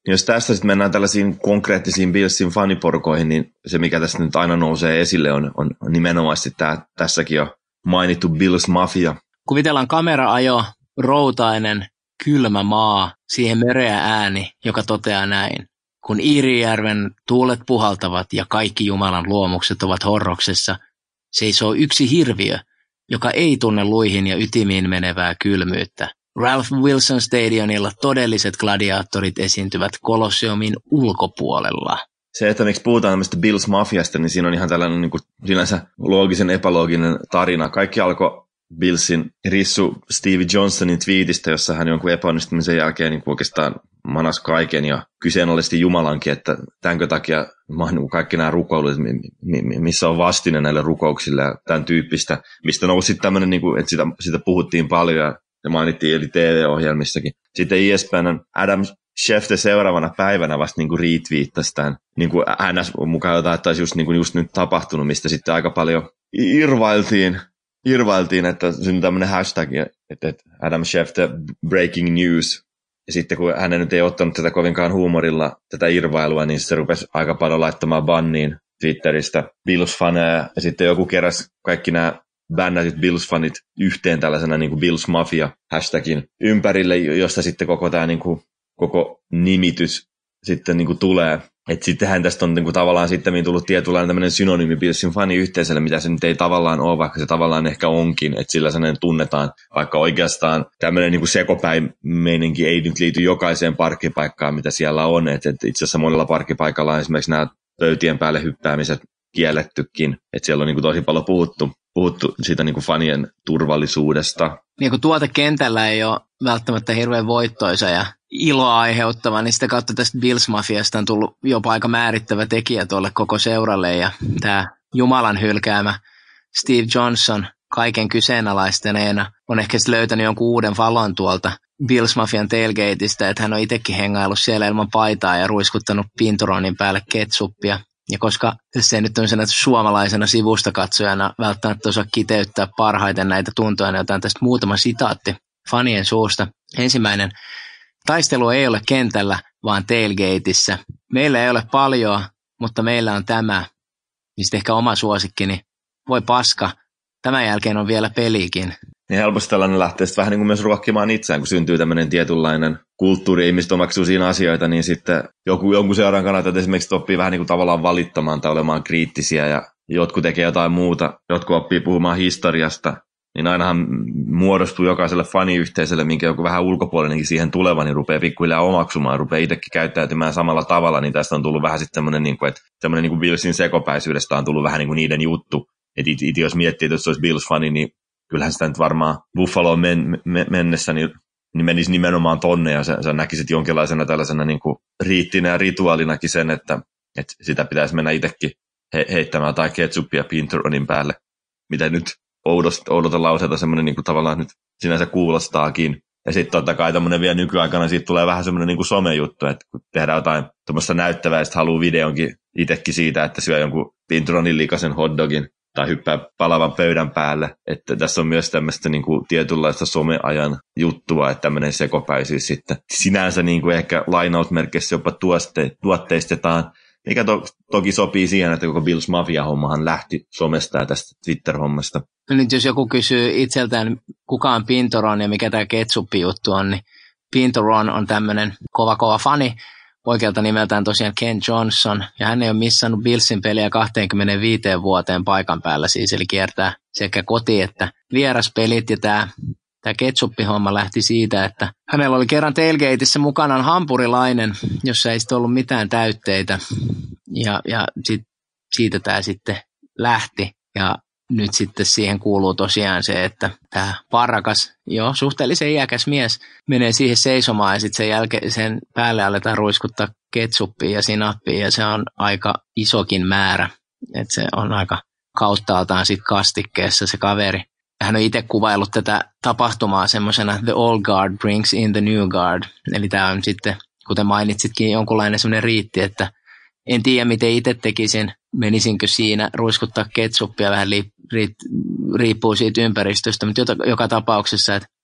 S2: Jos tästä sitten mennään tällaisiin konkreettisiin Billsin faniporukoihin, niin se mikä tästä nyt aina nousee esille on, on nimenomaan tämä tässäkin jo mainittu Bills Mafia.
S1: Kuvitellaan kamera-ajo, routainen, kylmä maa, siihen möreä ääni, joka toteaa näin. Kun Iirijärven tuulet puhaltavat ja kaikki Jumalan luomukset ovat horroksessa, seisoo yksi hirviö, joka ei tunne luihin ja ytimiin menevää kylmyyttä. Ralph Wilson Stadionilla todelliset gladiaattorit esiintyvät Kolosseumin ulkopuolella.
S2: Se, että miksi puhutaan tämmöistä Bills Mafiasta, niin siinä on ihan tällainen niin kuin, sinänsä loogisen epälooginen tarina. Kaikki alkoi Billsin rissu Stevie Johnsonin twiitistä, jossa hän jonkun epäonnistumisen jälkeen niin oikeastaan manas kaiken ja kyseenalaisti Jumalankin, että tämänkö takia kaikki nämä rukoilut, missä on vastine näille rukouksille ja tämän tyyppistä, mistä nousi sitten tämmöinen, niin kuin, että sitä, sitä puhuttiin paljon ja mainittiin eli T V-ohjelmissakin. Sitten E S P N Adam Schefter seuraavana päivänä vasta niin kuin retweettasi tämän, niin kuin N S mukaan jotain, että olisi just, niin kuin just nyt tapahtunut, mistä sitten aika paljon irvailtiin, irvailtiin että syntyi tämmöinen hashtag, että Adam Schefter breaking news. Ja sitten kun hän nyt ei ottanut tätä kovinkaan huumorilla, tätä irvailua, niin se rupesi aika paljon laittamaan banniin Twitteristä Bills-faneja. Ja sitten joku keräsi kaikki nämä bännätyt Bills-fanit yhteen tällaisena niin kuin Bills Mafia hashtagin ympärille, josta sitten koko tämä niin kuin, koko nimitys sitten niin kuin tulee. Että sittenhän tästä on niin kuin, tavallaan sitten tullut tietynlainen tämmöinen synonyymi Billsin faniyhteisölle, mitä se nyt ei tavallaan ole, vaikka se tavallaan ehkä onkin, että sillä sellainen tunnetaan, vaikka oikeastaan tämmöinen niin kuin sekopäin meininki ei nyt liity jokaiseen parkkipaikkaan, mitä siellä on. Että et itse asiassa monella parkkipaikalla on esimerkiksi nämä pöytien päälle hyppäämiset kiellettykin, että siellä on niin kuin tosi paljon puhuttu, puhuttu siitä niin kuin fanien turvallisuudesta.
S1: Niin kun tuotekentällä ei ole välttämättä hirveän voittoisa ja iloa aiheuttava, niin sitä kautta tästä Bills-mafiasta on tullut jopa aika määrittävä tekijä tuolle koko seuralle. Ja tämä Jumalan hylkäämä Steve Johnson kaiken kyseenalaistaneena on ehkä löytänyt jonkun uuden valon tuolta Bills-mafian tailgateista, että hän on itsekin hengaillut siellä ilman paitaa ja ruiskuttanut pinturonin päälle ketsuppia. Ja koska se ei nyt tämmöisenä suomalaisena sivustakatsojana välttämättä osaa kiteyttää parhaiten näitä tuntoja, niin otan tästä muutama sitaatti fanien suusta. Ensimmäinen: taistelu ei ole kentällä, vaan tailgateissa. Meillä ei ole paljon, mutta meillä on tämä. Niin sitten ehkä oma suosikkini: voi paska, tämän jälkeen on vielä pelikin.
S2: Niin helposti tällainen lähtee sitten vähän niin kuin myös ruokkimaan itseään, kun syntyy tämmöinen tietynlainen kulttuuri, ihmiset omaksuu siinä asioita, niin sitten joku, jonkun seuran kannalta esimerkiksi oppii vähän niin kuin tavallaan valittamaan tai olemaan kriittisiä, ja jotkut tekee jotain muuta, jotkut oppii puhumaan historiasta, niin ainahan muodostuu jokaiselle faniyhteisölle, minkä joku vähän ulkopuolinenkin siihen tuleva, niin rupeaa pikkuhiljaa omaksumaan, rupeaa itsekin käyttäytymään samalla tavalla, niin tästä on tullut vähän sitten semmoinen, niin kuin, että semmoinen niin kuin Billsin sekopäisyydestä on tullut vähän niin kuin niiden juttu, että itse jos miettii, että jos olisi Bills-fani, niin kyllähän sitä nyt varmaan Buffaloon men, men, mennessä niin, niin menisi nimenomaan tonne, ja sä, sä näkisit jonkinlaisena tällaisena niin kuin riittinä ja rituaalinakin sen, että, että sitä pitäisi mennä itsekin he, heittämään tai ketsuppia pinturonin päälle, mitä nyt oudota lauseita semmoinen niin kuin tavallaan nyt sinänsä kuulostaakin. Ja sitten totta kai tämmöinen vielä nykyaikana siitä tulee vähän semmoinen niin kuin somejuttu, että kun tehdään jotain tuommoista näyttävää, ja sitten haluaa videonkin itsekin siitä, että syö jonkun pinturonin likaisen hotdogin, tai hyppää palavan pöydän päälle. Että tässä on myös tämmöistä niin kuin tietynlaista someajan juttua, että tämmöinen sekopäisyys sitten sinänsä niin kuin ehkä lainausmerkeissä jopa tuoste, tuotteistetaan, mikä to, toki sopii siihen, että koko Bills Mafia-hommahan lähti somesta ja tästä Twitter-hommasta.
S1: No nyt jos joku kysyy itseltään, kuka on Pintoron ja mikä tämä ketsuppi-juttu on, niin Pintoron on tämmöinen kova kova fani, oikealta nimeltään tosiaan Ken Johnson, ja hän ei ole missannut Billsin peliä kaksikymmentäviisi vuoteen paikan päällä siis, eli kiertää sekä koti- että vieraspelit, ja tämä, tämä ketsuppihomma lähti siitä, että hänellä oli kerran tailgateissa mukanaan hampurilainen, jossa ei sitten ollut mitään täytteitä, ja, ja sit, siitä tämä sitten lähti, ja nyt sitten siihen kuuluu tosiaan se, että tämä parrakas, jo suhteellisen iäkäs mies menee siihen seisomaan ja sitten sen, jälkeen, sen päälle aletaan ruiskuttaa ketsuppia ja sinappia ja se on aika isokin määrä. Että se on aika kauttaaltaan sitten kastikkeessa se kaveri. Hän on itse kuvaillut tätä tapahtumaa semmoisena The Old Guard brings in the New Guard. Eli tämä on sitten, kuten mainitsitkin, jonkunlainen semmoinen riitti, että en tiedä, miten itse tekisin. Menisinkö siinä ruiskuttaa ketsuppia, vähän li, ri, riippuu siitä ympäristöstä, mutta joka, joka tapauksessa, että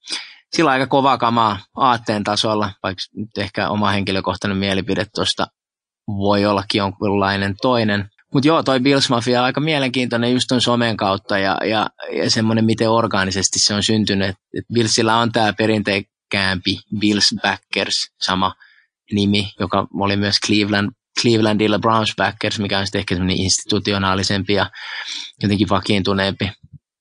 S1: sillä aika kovaa kamaa aatteen tasolla, vaikka nyt ehkä oma henkilökohtainen mielipide tuosta voi ollakin jonkunlainen toinen. Mutta joo, toi Bills Mafia on aika mielenkiintoinen just ton somen kautta ja, ja, ja semmoinen, miten orgaanisesti se on syntynyt. Et, et Billsillä on tämä perinteikkäämpi Bills Backers, sama nimi, joka oli myös Cleveland, Clevelandilla Browns Backers, mikä on sitten ehkä semmoinen institutionaalisempi ja jotenkin vakiintuneempi.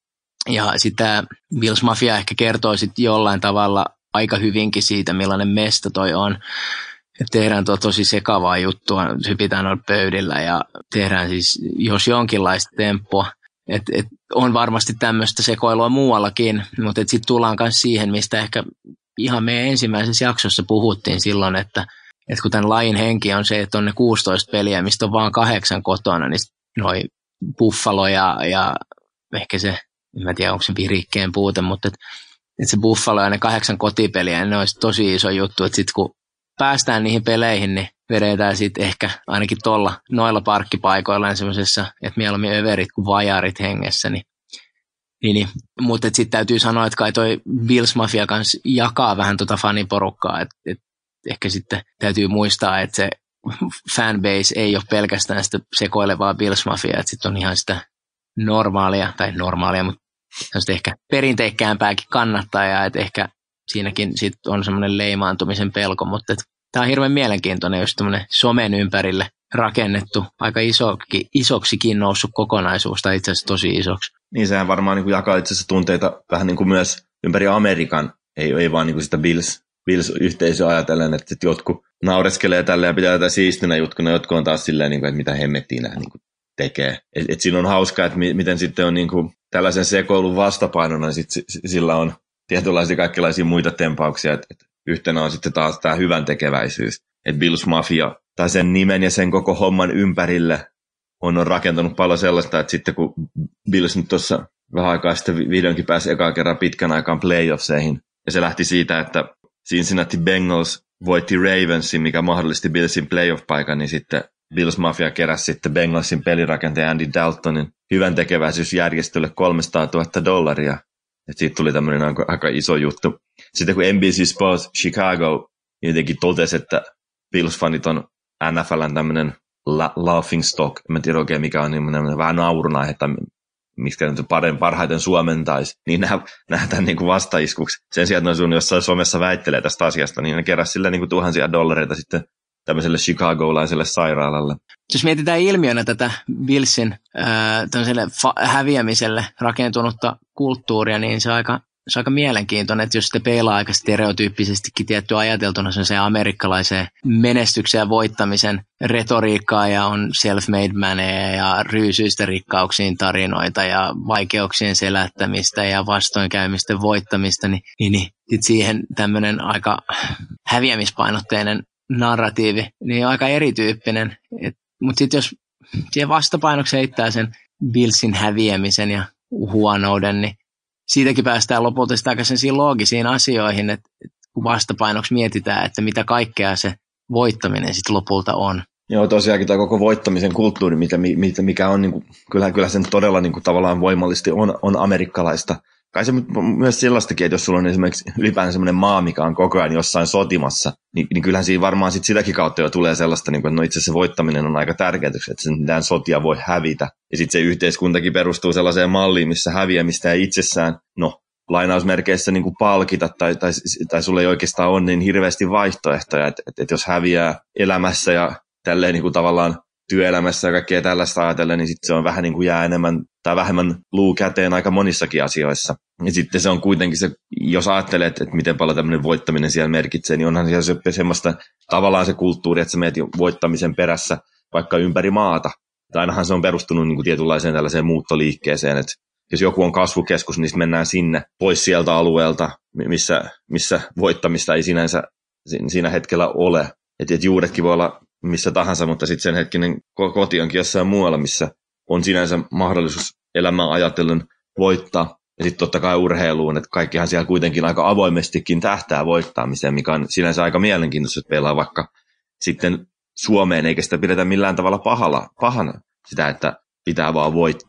S1: Ja sitten tämä Bills Mafia ehkä kertoo sitten jollain tavalla aika hyvinkin siitä, millainen mesta toi on. Et tehdään tuo tosi sekavaa juttua, hypitään noilla pöydillä ja tehdään siis jos jonkinlaista temppua. Et, et on varmasti tämmöistä sekoilua muuallakin, mutta sitten tullaan myös siihen, mistä ehkä ihan meidän ensimmäisessä jaksossa puhuttiin silloin, että et kun tämän lajin henki on se, että on ne kuusitoista peliä, mistä on vaan kahdeksan kotona, niin noi Buffalo ja, ja ehkä se, en mä tiedä onko se virikkeen puute, mutta et, et se Buffalo ja ne kahdeksan kotipeliä, niin ne olisi tosi iso juttu, että sitten kun päästään niihin peleihin, niin vedetään sitten ehkä ainakin tuolla noilla parkkipaikoilla semmoisessa, että mieluummin överit kuin vajarit hengessä. Niin, niin, niin. Mutta sitten täytyy sanoa, että kai toi Bills Mafia kanssa jakaa vähän tota faniporukkaa. Et, et ehkä sitten täytyy muistaa, että se fanbase ei ole pelkästään sitä sekoilevaa Bills Mafiaa, että sitten on ihan sitä normaalia, tai normaalia, mutta ehkä perinteikkäämpääkin kannattajaa, että ehkä siinäkin sit on semmoinen leimaantumisen pelko, mutta tämä on hirveän mielenkiintoinen, jos tämmöinen somen ympärille rakennettu, aika isoki, isoksikin noussut kokonaisuus, tai itse asiassa tosi isoksi.
S2: Niin, sehän varmaan niin kuin jakaa itse asiassa tunteita vähän niin kuin myös ympäri Amerikan, ei, ei vaan niin kuin sitä Bills, Bills-yhteisöä ajatellen, että jotkut naureskelee tälle ja pitää tätä siistinä jutkuna, jotkut on taas silleen, niin kuin, että mitä hemmettiin nämä niin kuin tekee. Et, et siinä on hauskaa, että mi, miten sitten on niin kuin tällaisen sekoilun vastapainona, niin sit, sillä on tietynlaisia kaikenlaisia muita tempauksia, että et yhtenä on sitten taas tämä hyvän tekeväisyys, että Bills Mafia tai sen nimen ja sen koko homman ympärille on, on rakentanut paljon sellaista, että sitten kun Bills nyt tuossa vähän aikaa sitten vihdoinkin pääsi ekaan kerran pitkän aikaan playoffseihin, ja se lähti siitä, että Cincinnati Bengals voitti Ravensin, mikä mahdollisti Billsin playoff-paikan, niin sitten Bills Mafia keräsi sitten Bengalsin pelirakentaja Andy Daltonin hyvän tekeväisyysjärjestölle kolmesataatuhatta dollaria. Et siitä tuli tämmöinen aika, aika iso juttu. Sitten kun N B C Sports Chicago jotenkin totesi, että Bills-fanit on N F L:n tämmöinen la- laughing stock, en tiedä oikein mikä on, niin vähän naurun aihe, että miksi nyt parhaiten suomentaisi, niin nähdään niin kuin vastaiskuksi. Sen sijaan, että ne sun jossain somessa väittelee tästä asiasta, niin ne keräsi sille niin kuin tuhansia dollareita sitten tämmöiselle chicagolaiselle sairaalalle.
S1: Jos mietitään ilmiönä tätä Billsin äh, fa- häviämiselle rakentunutta kulttuuria, niin se on aika, se on aika mielenkiintoinen, että jos sitten peilaa aika stereotyyppisestikin tietty ajateltuna se amerikkalaiseen menestykseen ja voittamisen retoriikkaa ja on self-made maneja ja ryysyistä rikkauksiin tarinoita ja vaikeuksien selättämistä ja vastoinkäymisten voittamista, niin, niin, niin sit siihen tämmöinen aika häviämispainotteinen narratiivi, niin on aika erityyppinen. Mutta sitten jos siihen vastapainoksi heittää sen Billsin häviämisen ja huonouden, niin siitäkin päästään lopulta takaisin loogisiin asioihin, että kun vastapainoksi mietitään, että mitä kaikkea se voittaminen sitten lopulta on.
S2: Joo, tosiaankin tämä koko voittamisen kulttuuri, mikä, mikä on, niin kuin, kyllähän, kyllä sen todella niin kuin, tavallaan voimallisesti on, on amerikkalaista. Kai se myös sellaistakin, että jos sulla on esimerkiksi ylipäänsä sellainen maa, mikä on koko ajan jossain sotimassa, niin, niin kyllähän siinä varmaan sit sitäkin kautta jo tulee sellaista, niin kuin, että no itse asiassa voittaminen on aika tärkeää, että sen mitään sotia voi hävitä. Ja sitten se yhteiskuntakin perustuu sellaiseen malliin, missä häviämistä ei itsessään, no lainausmerkeissä niin kuin palkita tai, tai, tai sulla ei oikeastaan ole niin hirveästi vaihtoehtoja, että, että, että jos häviää elämässä ja tälleen niin kuin tavallaan työelämässä ja kaikkea tällaista ajatellen, niin sitten se on vähän niin kuin jää enemmän tai vähemmän luu käteen aika monissakin asioissa. Ja sitten se on kuitenkin se, jos ajattelee, että, että miten paljon tämmöinen voittaminen siellä merkitsee, niin onhan siellä se, semmoista tavallaan se kulttuuri, että sä menet voittamisen perässä vaikka ympäri maata. Tai ainahan se on perustunut niin kuin tietynlaiseen tällaiseen muuttoliikkeeseen, että jos joku on kasvukeskus, niin mennään sinne pois sieltä alueelta, missä, missä voittamista ei sinänsä siinä hetkellä ole. Että et juuretkin voi olla missä tahansa, mutta sitten sen hetkinen koti onkin jossain muualla, missä on sinänsä mahdollisuus elämää ajatellen voittaa. Ja sitten totta kai urheiluun, että kaikkihan siellä kuitenkin aika avoimestikin tähtää voittaamiseen, mikä on sinänsä aika mielenkiintoista, että pelaa vaikka sitten Suomeen, eikä sitä pidetä millään tavalla pahalla, pahana sitä, että pitää vaan voittaa.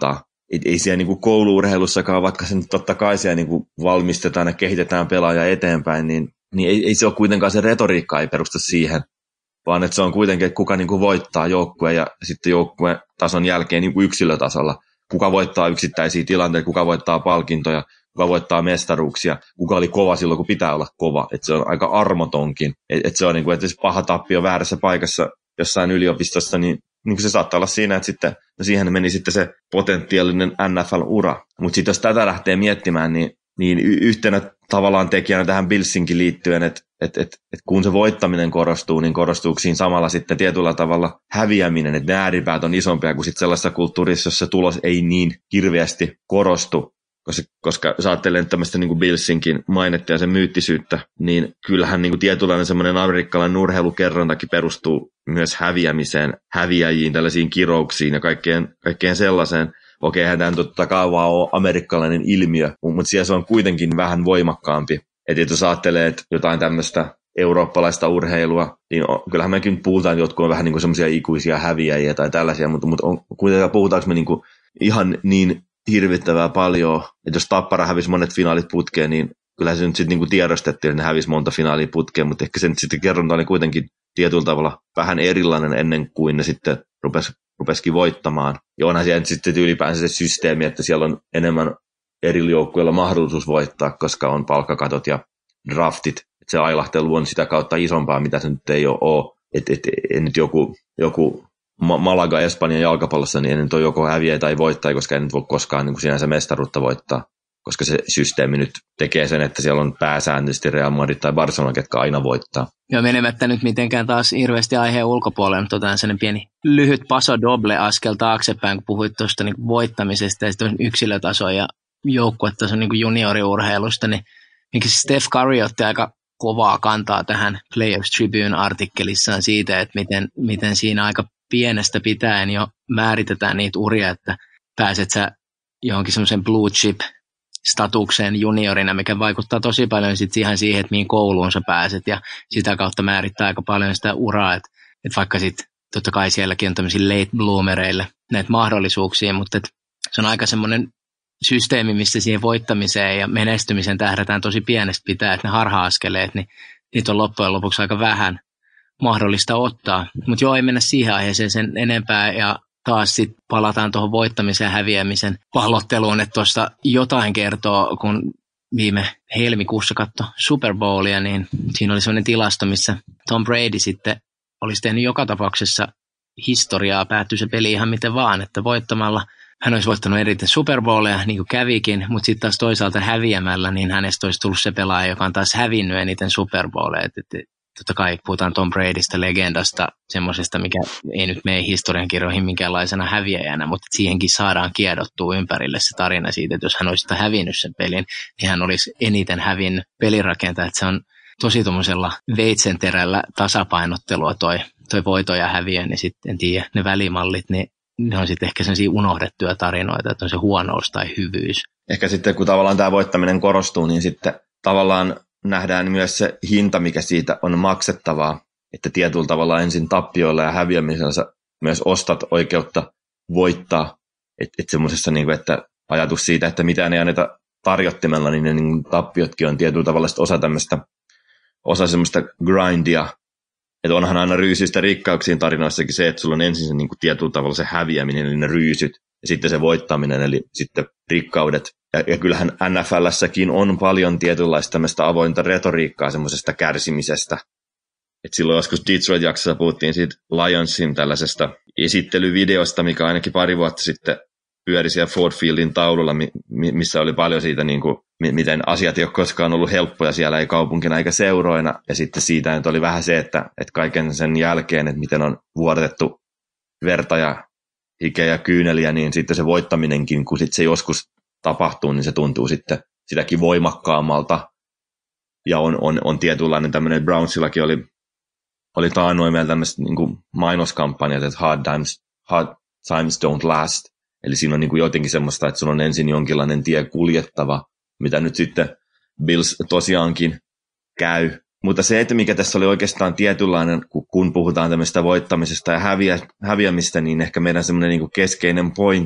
S2: ei, ei siellä niin kuin koulu-urheilussakaan, vaikka se nyt totta kai siellä niin kuin valmistetaan ja kehitetään pelaajaa eteenpäin, niin, niin ei, ei se ole kuitenkaan, se retoriikka ei perustu siihen, vaan että se on kuitenkin, että kuka niin kuin voittaa joukkueen ja sitten joukkueen tason jälkeen niin kuin yksilötasolla. Kuka voittaa yksittäisiä tilanteita, kuka voittaa palkintoja, kuka voittaa mestaruuksia, kuka oli kova silloin, kun pitää olla kova. Että se on aika armotonkin. Että et se on niin kuin, että jos paha tappio väärässä paikassa jossain yliopistossa, niin, niin kuin se saattaa olla siinä, että sitten, no siihen meni sitten se potentiaalinen N F L-ura. Mutta sitten jos tätä lähtee miettimään, niin, niin yhtenä tavallaan tekijänä tähän Billsinkin liittyen, että et, et, et kun se voittaminen korostuu, niin korostuuko siinä samalla sitten tietyllä tavalla häviäminen, että ne ääripäät on isompia kuin sitten sellaisessa kulttuurissa, jossa tulos ei niin hirveästi korostu. Koska, koska jos ajattelee tämmöistä niin kuin Billsinkin mainetta ja sen myyttisyyttä, niin kyllähän niin kuin tietynlainen semmoinen amerikkalainen urheilukerrontakin perustuu myös häviämiseen, häviäjiin, tällaisiin kirouksiin ja kaikkeen, kaikkeen sellaiseen. Okei, eihän tämä totta kai vaan ole amerikkalainen ilmiö, mutta siellä se on kuitenkin vähän voimakkaampi. Että jos ajattelee, että jotain tämmöistä eurooppalaista urheilua, niin on, kyllähän mekin puhutaan, että jotkut on vähän niin kuin semmoisia ikuisia häviäjiä tai tällaisia, mutta, mutta on, kuitenkaan puhutaanko me niin kuin ihan niin hirvittävää paljon, että jos Tappara hävisi monet finaalit putkeen, niin kyllähän se nyt sitten niin tiedostettiin, että ne hävisi monta finaalia putkeen, mutta ehkä se nyt sitten kerronta oli kuitenkin tietyllä tavalla vähän erilainen ennen kuin ne sitten rupesi, rupesikin voittamaan. Ja onhan siellä sitten ylipäänsä se systeemi, että siellä on enemmän eri joukkueilla mahdollisuus voittaa, koska on palkkakatot ja draftit. Että se ailahtelu on sitä kautta isompaa, mitä se nyt ei ole. Että et, et, nyt joku... joku Malaga Espanjan jalkapallossa, niin ei nyt ole joko häviä tai voittaa, koska ei nyt voi koskaan niin kuin sinänsä mestaruutta voittaa, koska se systeemi nyt tekee sen, että siellä on pääsääntöisesti Real Madrid tai Barcelona, ketkä aina voittaa.
S1: Ja menemättä nyt mitenkään taas hirveästi aiheen ulkopuolelle, mutta otetaan sellainen pieni lyhyt paso doble askel taaksepäin, kun puhuit tuosta niin voittamisesta ja sitten yksilötason ja joukkuetason niin junioriurheilusta, niin miksi Steph Curry otti aika kovaa kantaa tähän Players Tribune-artikkelissaan siitä, että miten, miten siinä aika pienestä pitäen jo määritetään niitä uria, että pääset sä johonkin semmoisen blue chip statukseen juniorina, mikä vaikuttaa tosi paljon sit ihan siihen, että mihin kouluun sä pääset ja sitä kautta määrittää aika paljon sitä uraa, että, että vaikka sitten totta kai sielläkin on tämmöisiä late bloomereille näitä mahdollisuuksia, mutta että se on aika semmoinen systeemi, missä siihen voittamiseen ja menestymiseen tähdätään tosi pienestä pitää, että ne harha-askeleet, niin niitä on loppujen lopuksi aika vähän mahdollista ottaa. Mutta joo, ei mennä siihen aiheeseen sen enempää ja taas sitten palataan tuohon voittamisen ja häviämisen pallotteluun, että tuosta jotain kertoo, kun viime helmikuussa katsoi Super Bowlia, niin siinä oli sellainen tilasto, missä Tom Brady sitten olisi tehnyt joka tapauksessa historiaa, päättyi se peli ihan miten vaan, että voittamalla hän olisi voittanut eriten Super Bowlia, niin kuin kävikin, mutta sitten taas toisaalta häviämällä, niin hänestä olisi tullut se pelaaja, joka on taas hävinnyt eniten Super Bowlia. Totta kai puhutaan Tom Bradystä, legendasta, semmoisesta, mikä ei nyt mene historiankirjoihin minkäänlaisena häviäjänä, mutta siihenkin saadaan kiedottua ympärille se tarina siitä, että jos hän olisi hävinnyt sen pelin, niin hän olisi eniten hävinnyt pelirakentaja. Että se on tosi tuommoisella veitsenterällä tasapainottelua toi, toi voito ja häviö, niin sitten en tiedä, ne välimallit, niin ne on sitten ehkä sellaisia unohdettuja tarinoita, että on se huonous tai hyvyys.
S2: Ehkä sitten kun tavallaan tämä voittaminen korostuu, niin sitten tavallaan nähdään myös se hinta, mikä siitä on maksettavaa, että tietyllä tavalla ensin tappioilla ja häviämisellä myös ostat oikeutta voittaa. Että et semmoisessa, niin että ajatus siitä, että mitään ei anneta tarjottimella, niin ne niin tappiotkin on tietyllä tavalla osa tämmöistä, osa semmoista grindia. Että onhan aina ryysyistä rikkauksiin tarinoissakin se, että sulla on ensin se niin kuin tietyllä tavalla se häviäminen, eli ne ryysyt, ja sitten se voittaminen, eli sitten rikkaudet. Ja, ja kyllähän N F L:ssäkin on paljon tietynlaista tämmöistä avointa retoriikkaa semmoisesta kärsimisestä. Et silloin joskus Detroit-jaksossa puhuttiin siitä Lionsin tällaisesta esittelyvideosta, mikä ainakin pari vuotta sitten pyöri siellä Ford Fieldin taululla, missä oli paljon siitä, niin kuin, miten asiat ei ole koskaan ollut helppoja siellä, ei kaupunkina eikä seuroina. Ja sitten siitä nyt oli vähän se, että, että kaiken sen jälkeen, että miten on vuodatettu verta ja hikeä ja kyyneliä, niin sitten se voittaminenkin, kun sitten se joskus tapahtuu, niin se tuntuu sitten sitäkin voimakkaammalta. Ja on, on, on tietynlainen tämmöinen, Brownsillakin oli, oli taannoin meillä tämmöiset niin kuin mainoskampanjat, että hard times, hard times don't last. Eli siinä on niin kuin jotenkin semmoista, että sun on ensin jonkinlainen tie kuljettava, mitä nyt sitten Bills tosiaankin käy. Mutta se, että mikä tässä oli oikeastaan tietynlainen, kun puhutaan tämmöistä voittamisesta ja häviä, häviämistä, niin ehkä meidän semmoinen niin kuin keskeinen pointti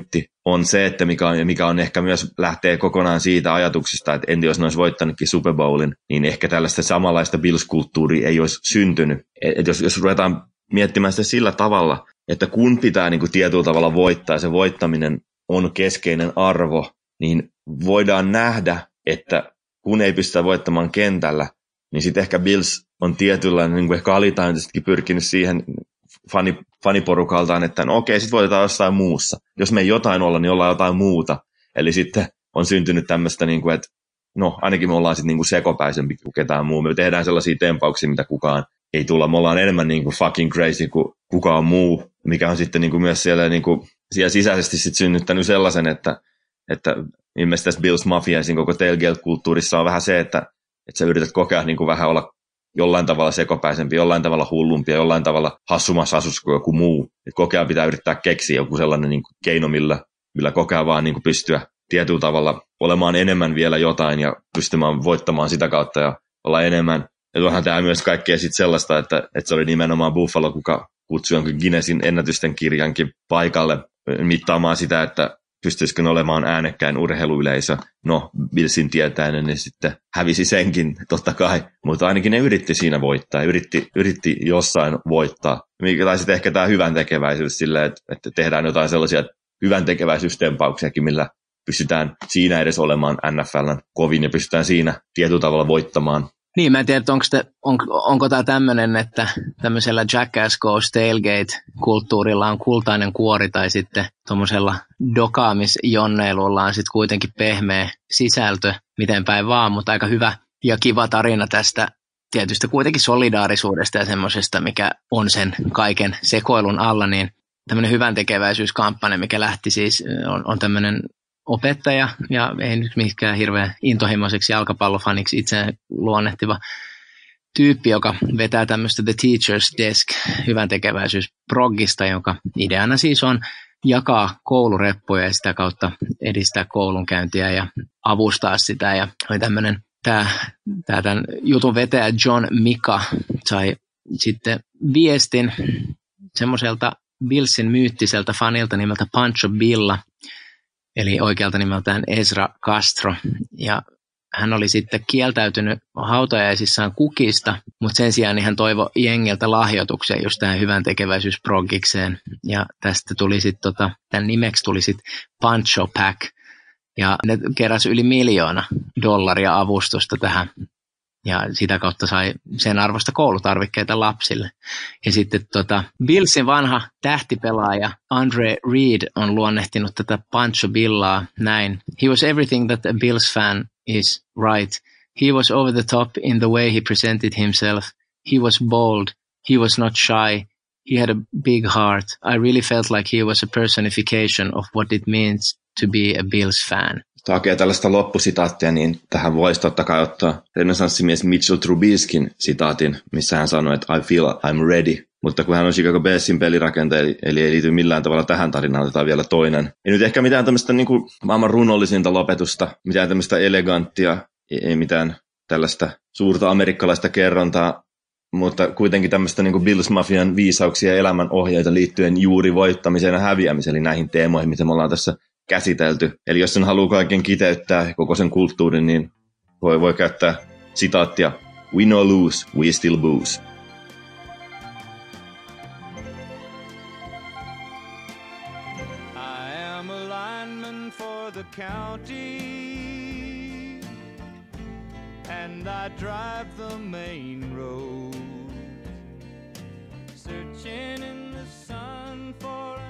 S2: on se, että mikä on, mikä on ehkä myös lähtee kokonaan siitä ajatuksesta, että entä jos ne olisi voittanutkin Super Bowlin, niin ehkä tällaista samanlaista Bills-kulttuuria ei olisi syntynyt. Et jos, jos ruvetaan miettimään sitä sillä tavalla, että kun pitää niin kuin tietyllä tavalla voittaa, se voittaminen on keskeinen arvo, niin voidaan nähdä, että kun ei pystytä voittamaan kentällä, niin sitten ehkä Bills on tietyllä niin kuin ehkä alitaintisestikin pyrkinyt siihen fani, faniporukaltaan, että no okei, sitten voitetaan jossain muussa. Jos me ei jotain olla, niin ollaan jotain muuta. Eli sitten on syntynyt tämmöistä, niin kuin, että no ainakin me ollaan sitten niin kuin sekopäisempi kuin ketään muu. Me tehdään sellaisia tempauksia, mitä kukaan ei tulla. Me ollaan enemmän niin kuin fucking crazy kuin kukaan muu, mikä on sitten niin kuin myös siellä, niin kuin, siellä sisäisesti sitten synnyttänyt sellaisen, että, että ilmeisesti tässä Bills Mafiaisin koko tailgate-kulttuurissa on vähän se, että, että sä yrität kokea niin kuin vähän olla jollain tavalla sekopäisempi, jollain tavalla hullumpi ja jollain tavalla hassumassa asussa kuin joku muu. Et kokea pitää yrittää keksiä joku sellainen niin kuin keino, millä, millä kokea vaan niin kuin pystyä tietyllä tavalla olemaan enemmän vielä jotain ja pystymään voittamaan sitä kautta ja olla enemmän. Ja tuohan tämä myös kaikkea sitten sellaista, että, että se oli nimenomaan Buffalo, kuka kutsui jonkin Guinnessin ennätysten kirjankin paikalle mittaamaan sitä, että pystyisikö ne olemaan äänekkäin urheiluyleisö. No, Billsin tietäinen, niin sitten hävisi senkin, totta kai. Mutta ainakin ne yritti siinä voittaa, yritti, yritti jossain voittaa. Tai sitten ehkä tämä hyvän tekeväisyys silleen, että, että tehdään jotain sellaisia hyvän tekeväisyystempauksiakin, millä pystytään siinä edes olemaan N F L:n kovin ja pystytään siinä tietyllä tavalla voittamaan.
S1: Niin, mä en tiedä, onko, te, on, onko tämä tämmöinen, että tämmöisellä Jackass Goes Tailgate-kulttuurilla on kultainen kuori tai sitten tuommoisella dokaamisjonneilulla on sitten kuitenkin pehmeä sisältö, miten päin vaan, mutta aika hyvä ja kiva tarina tästä tietysti kuitenkin solidaarisuudesta ja semmoisesta, mikä on sen kaiken sekoilun alla, niin tämmöinen hyvän tekeväisyyskampanja, mikä lähti siis, on, on tämmöinen opettaja, ja ei nyt mikään hirveän intohimoiseksi jalkapallofaniksi itseään luonnehtiva tyyppi, joka vetää tämmöistä The Teacher's Desk hyvän tekeväisyysproggista, jonka ideana siis on jakaa koulureppuja ja sitä kautta edistää koulunkäyntiä ja avustaa sitä. Ja oli tämmöinen, tämä, tämä tämän jutun vetäjä John Mika sai sitten viestin semmoiselta Billsin myyttiseltä fanilta nimeltä Pancho Billa, eli oikealta nimeltään Ezra Castro, ja hän oli sitten kieltäytynyt hautajaisissaan kukista, mutta sen sijaan hän toivoi jengiltä lahjoituksia just tähän hyvän tekeväisyysproggikseen, ja tästä tuli sitten, tota, tämän nimeksi tuli sitten Pancho Pack, ja ne keräsi yli miljoona dollaria avustusta tähän, ja sitä kautta sai sen arvosta koulutarvikkeita lapsille. Ja sitten tota, Billsin vanha tähtipelaaja Andre Reed on luonnehtinut tätä Pancho Billaa näin. He was everything that a Bills fan is, right. He was over the top in the way he presented himself. He was bold. He was not shy. He had a big heart. I really felt like he was a personification of what it means to be a Bills fan.
S2: Hakee tällaista loppusitaattia, niin tähän voisi totta kai ottaa renessanssimies Mitchell Trubiskin sitaatin, missä hän sanoi, että I feel I'm ready. Mutta kun hän on Chicago Bearsin pelirakentaja, eli, eli ei liity millään tavalla tähän tarinaan, otetaan vielä toinen. Ei nyt ehkä mitään tämmöistä niin kuin maailman runollisinta lopetusta, mitään tämmöistä eleganttia, ei, ei mitään tällaista suurta amerikkalaista kerrontaa, mutta kuitenkin tämmöistä niin kuin Bills Mafian viisauksia ja elämän ohjeita liittyen juuri voittamiseen ja häviämiseen, eli näihin teemoihin, mitä me ollaan tässä käsitelty. Eli jos sen haluaa kaiken kiteyttää, koko sen kulttuurin, niin voi, voi käyttää sitaattia "We no lose, we still booze".
S3: I am a lineman for the county and I drive the main road, searching in the sun for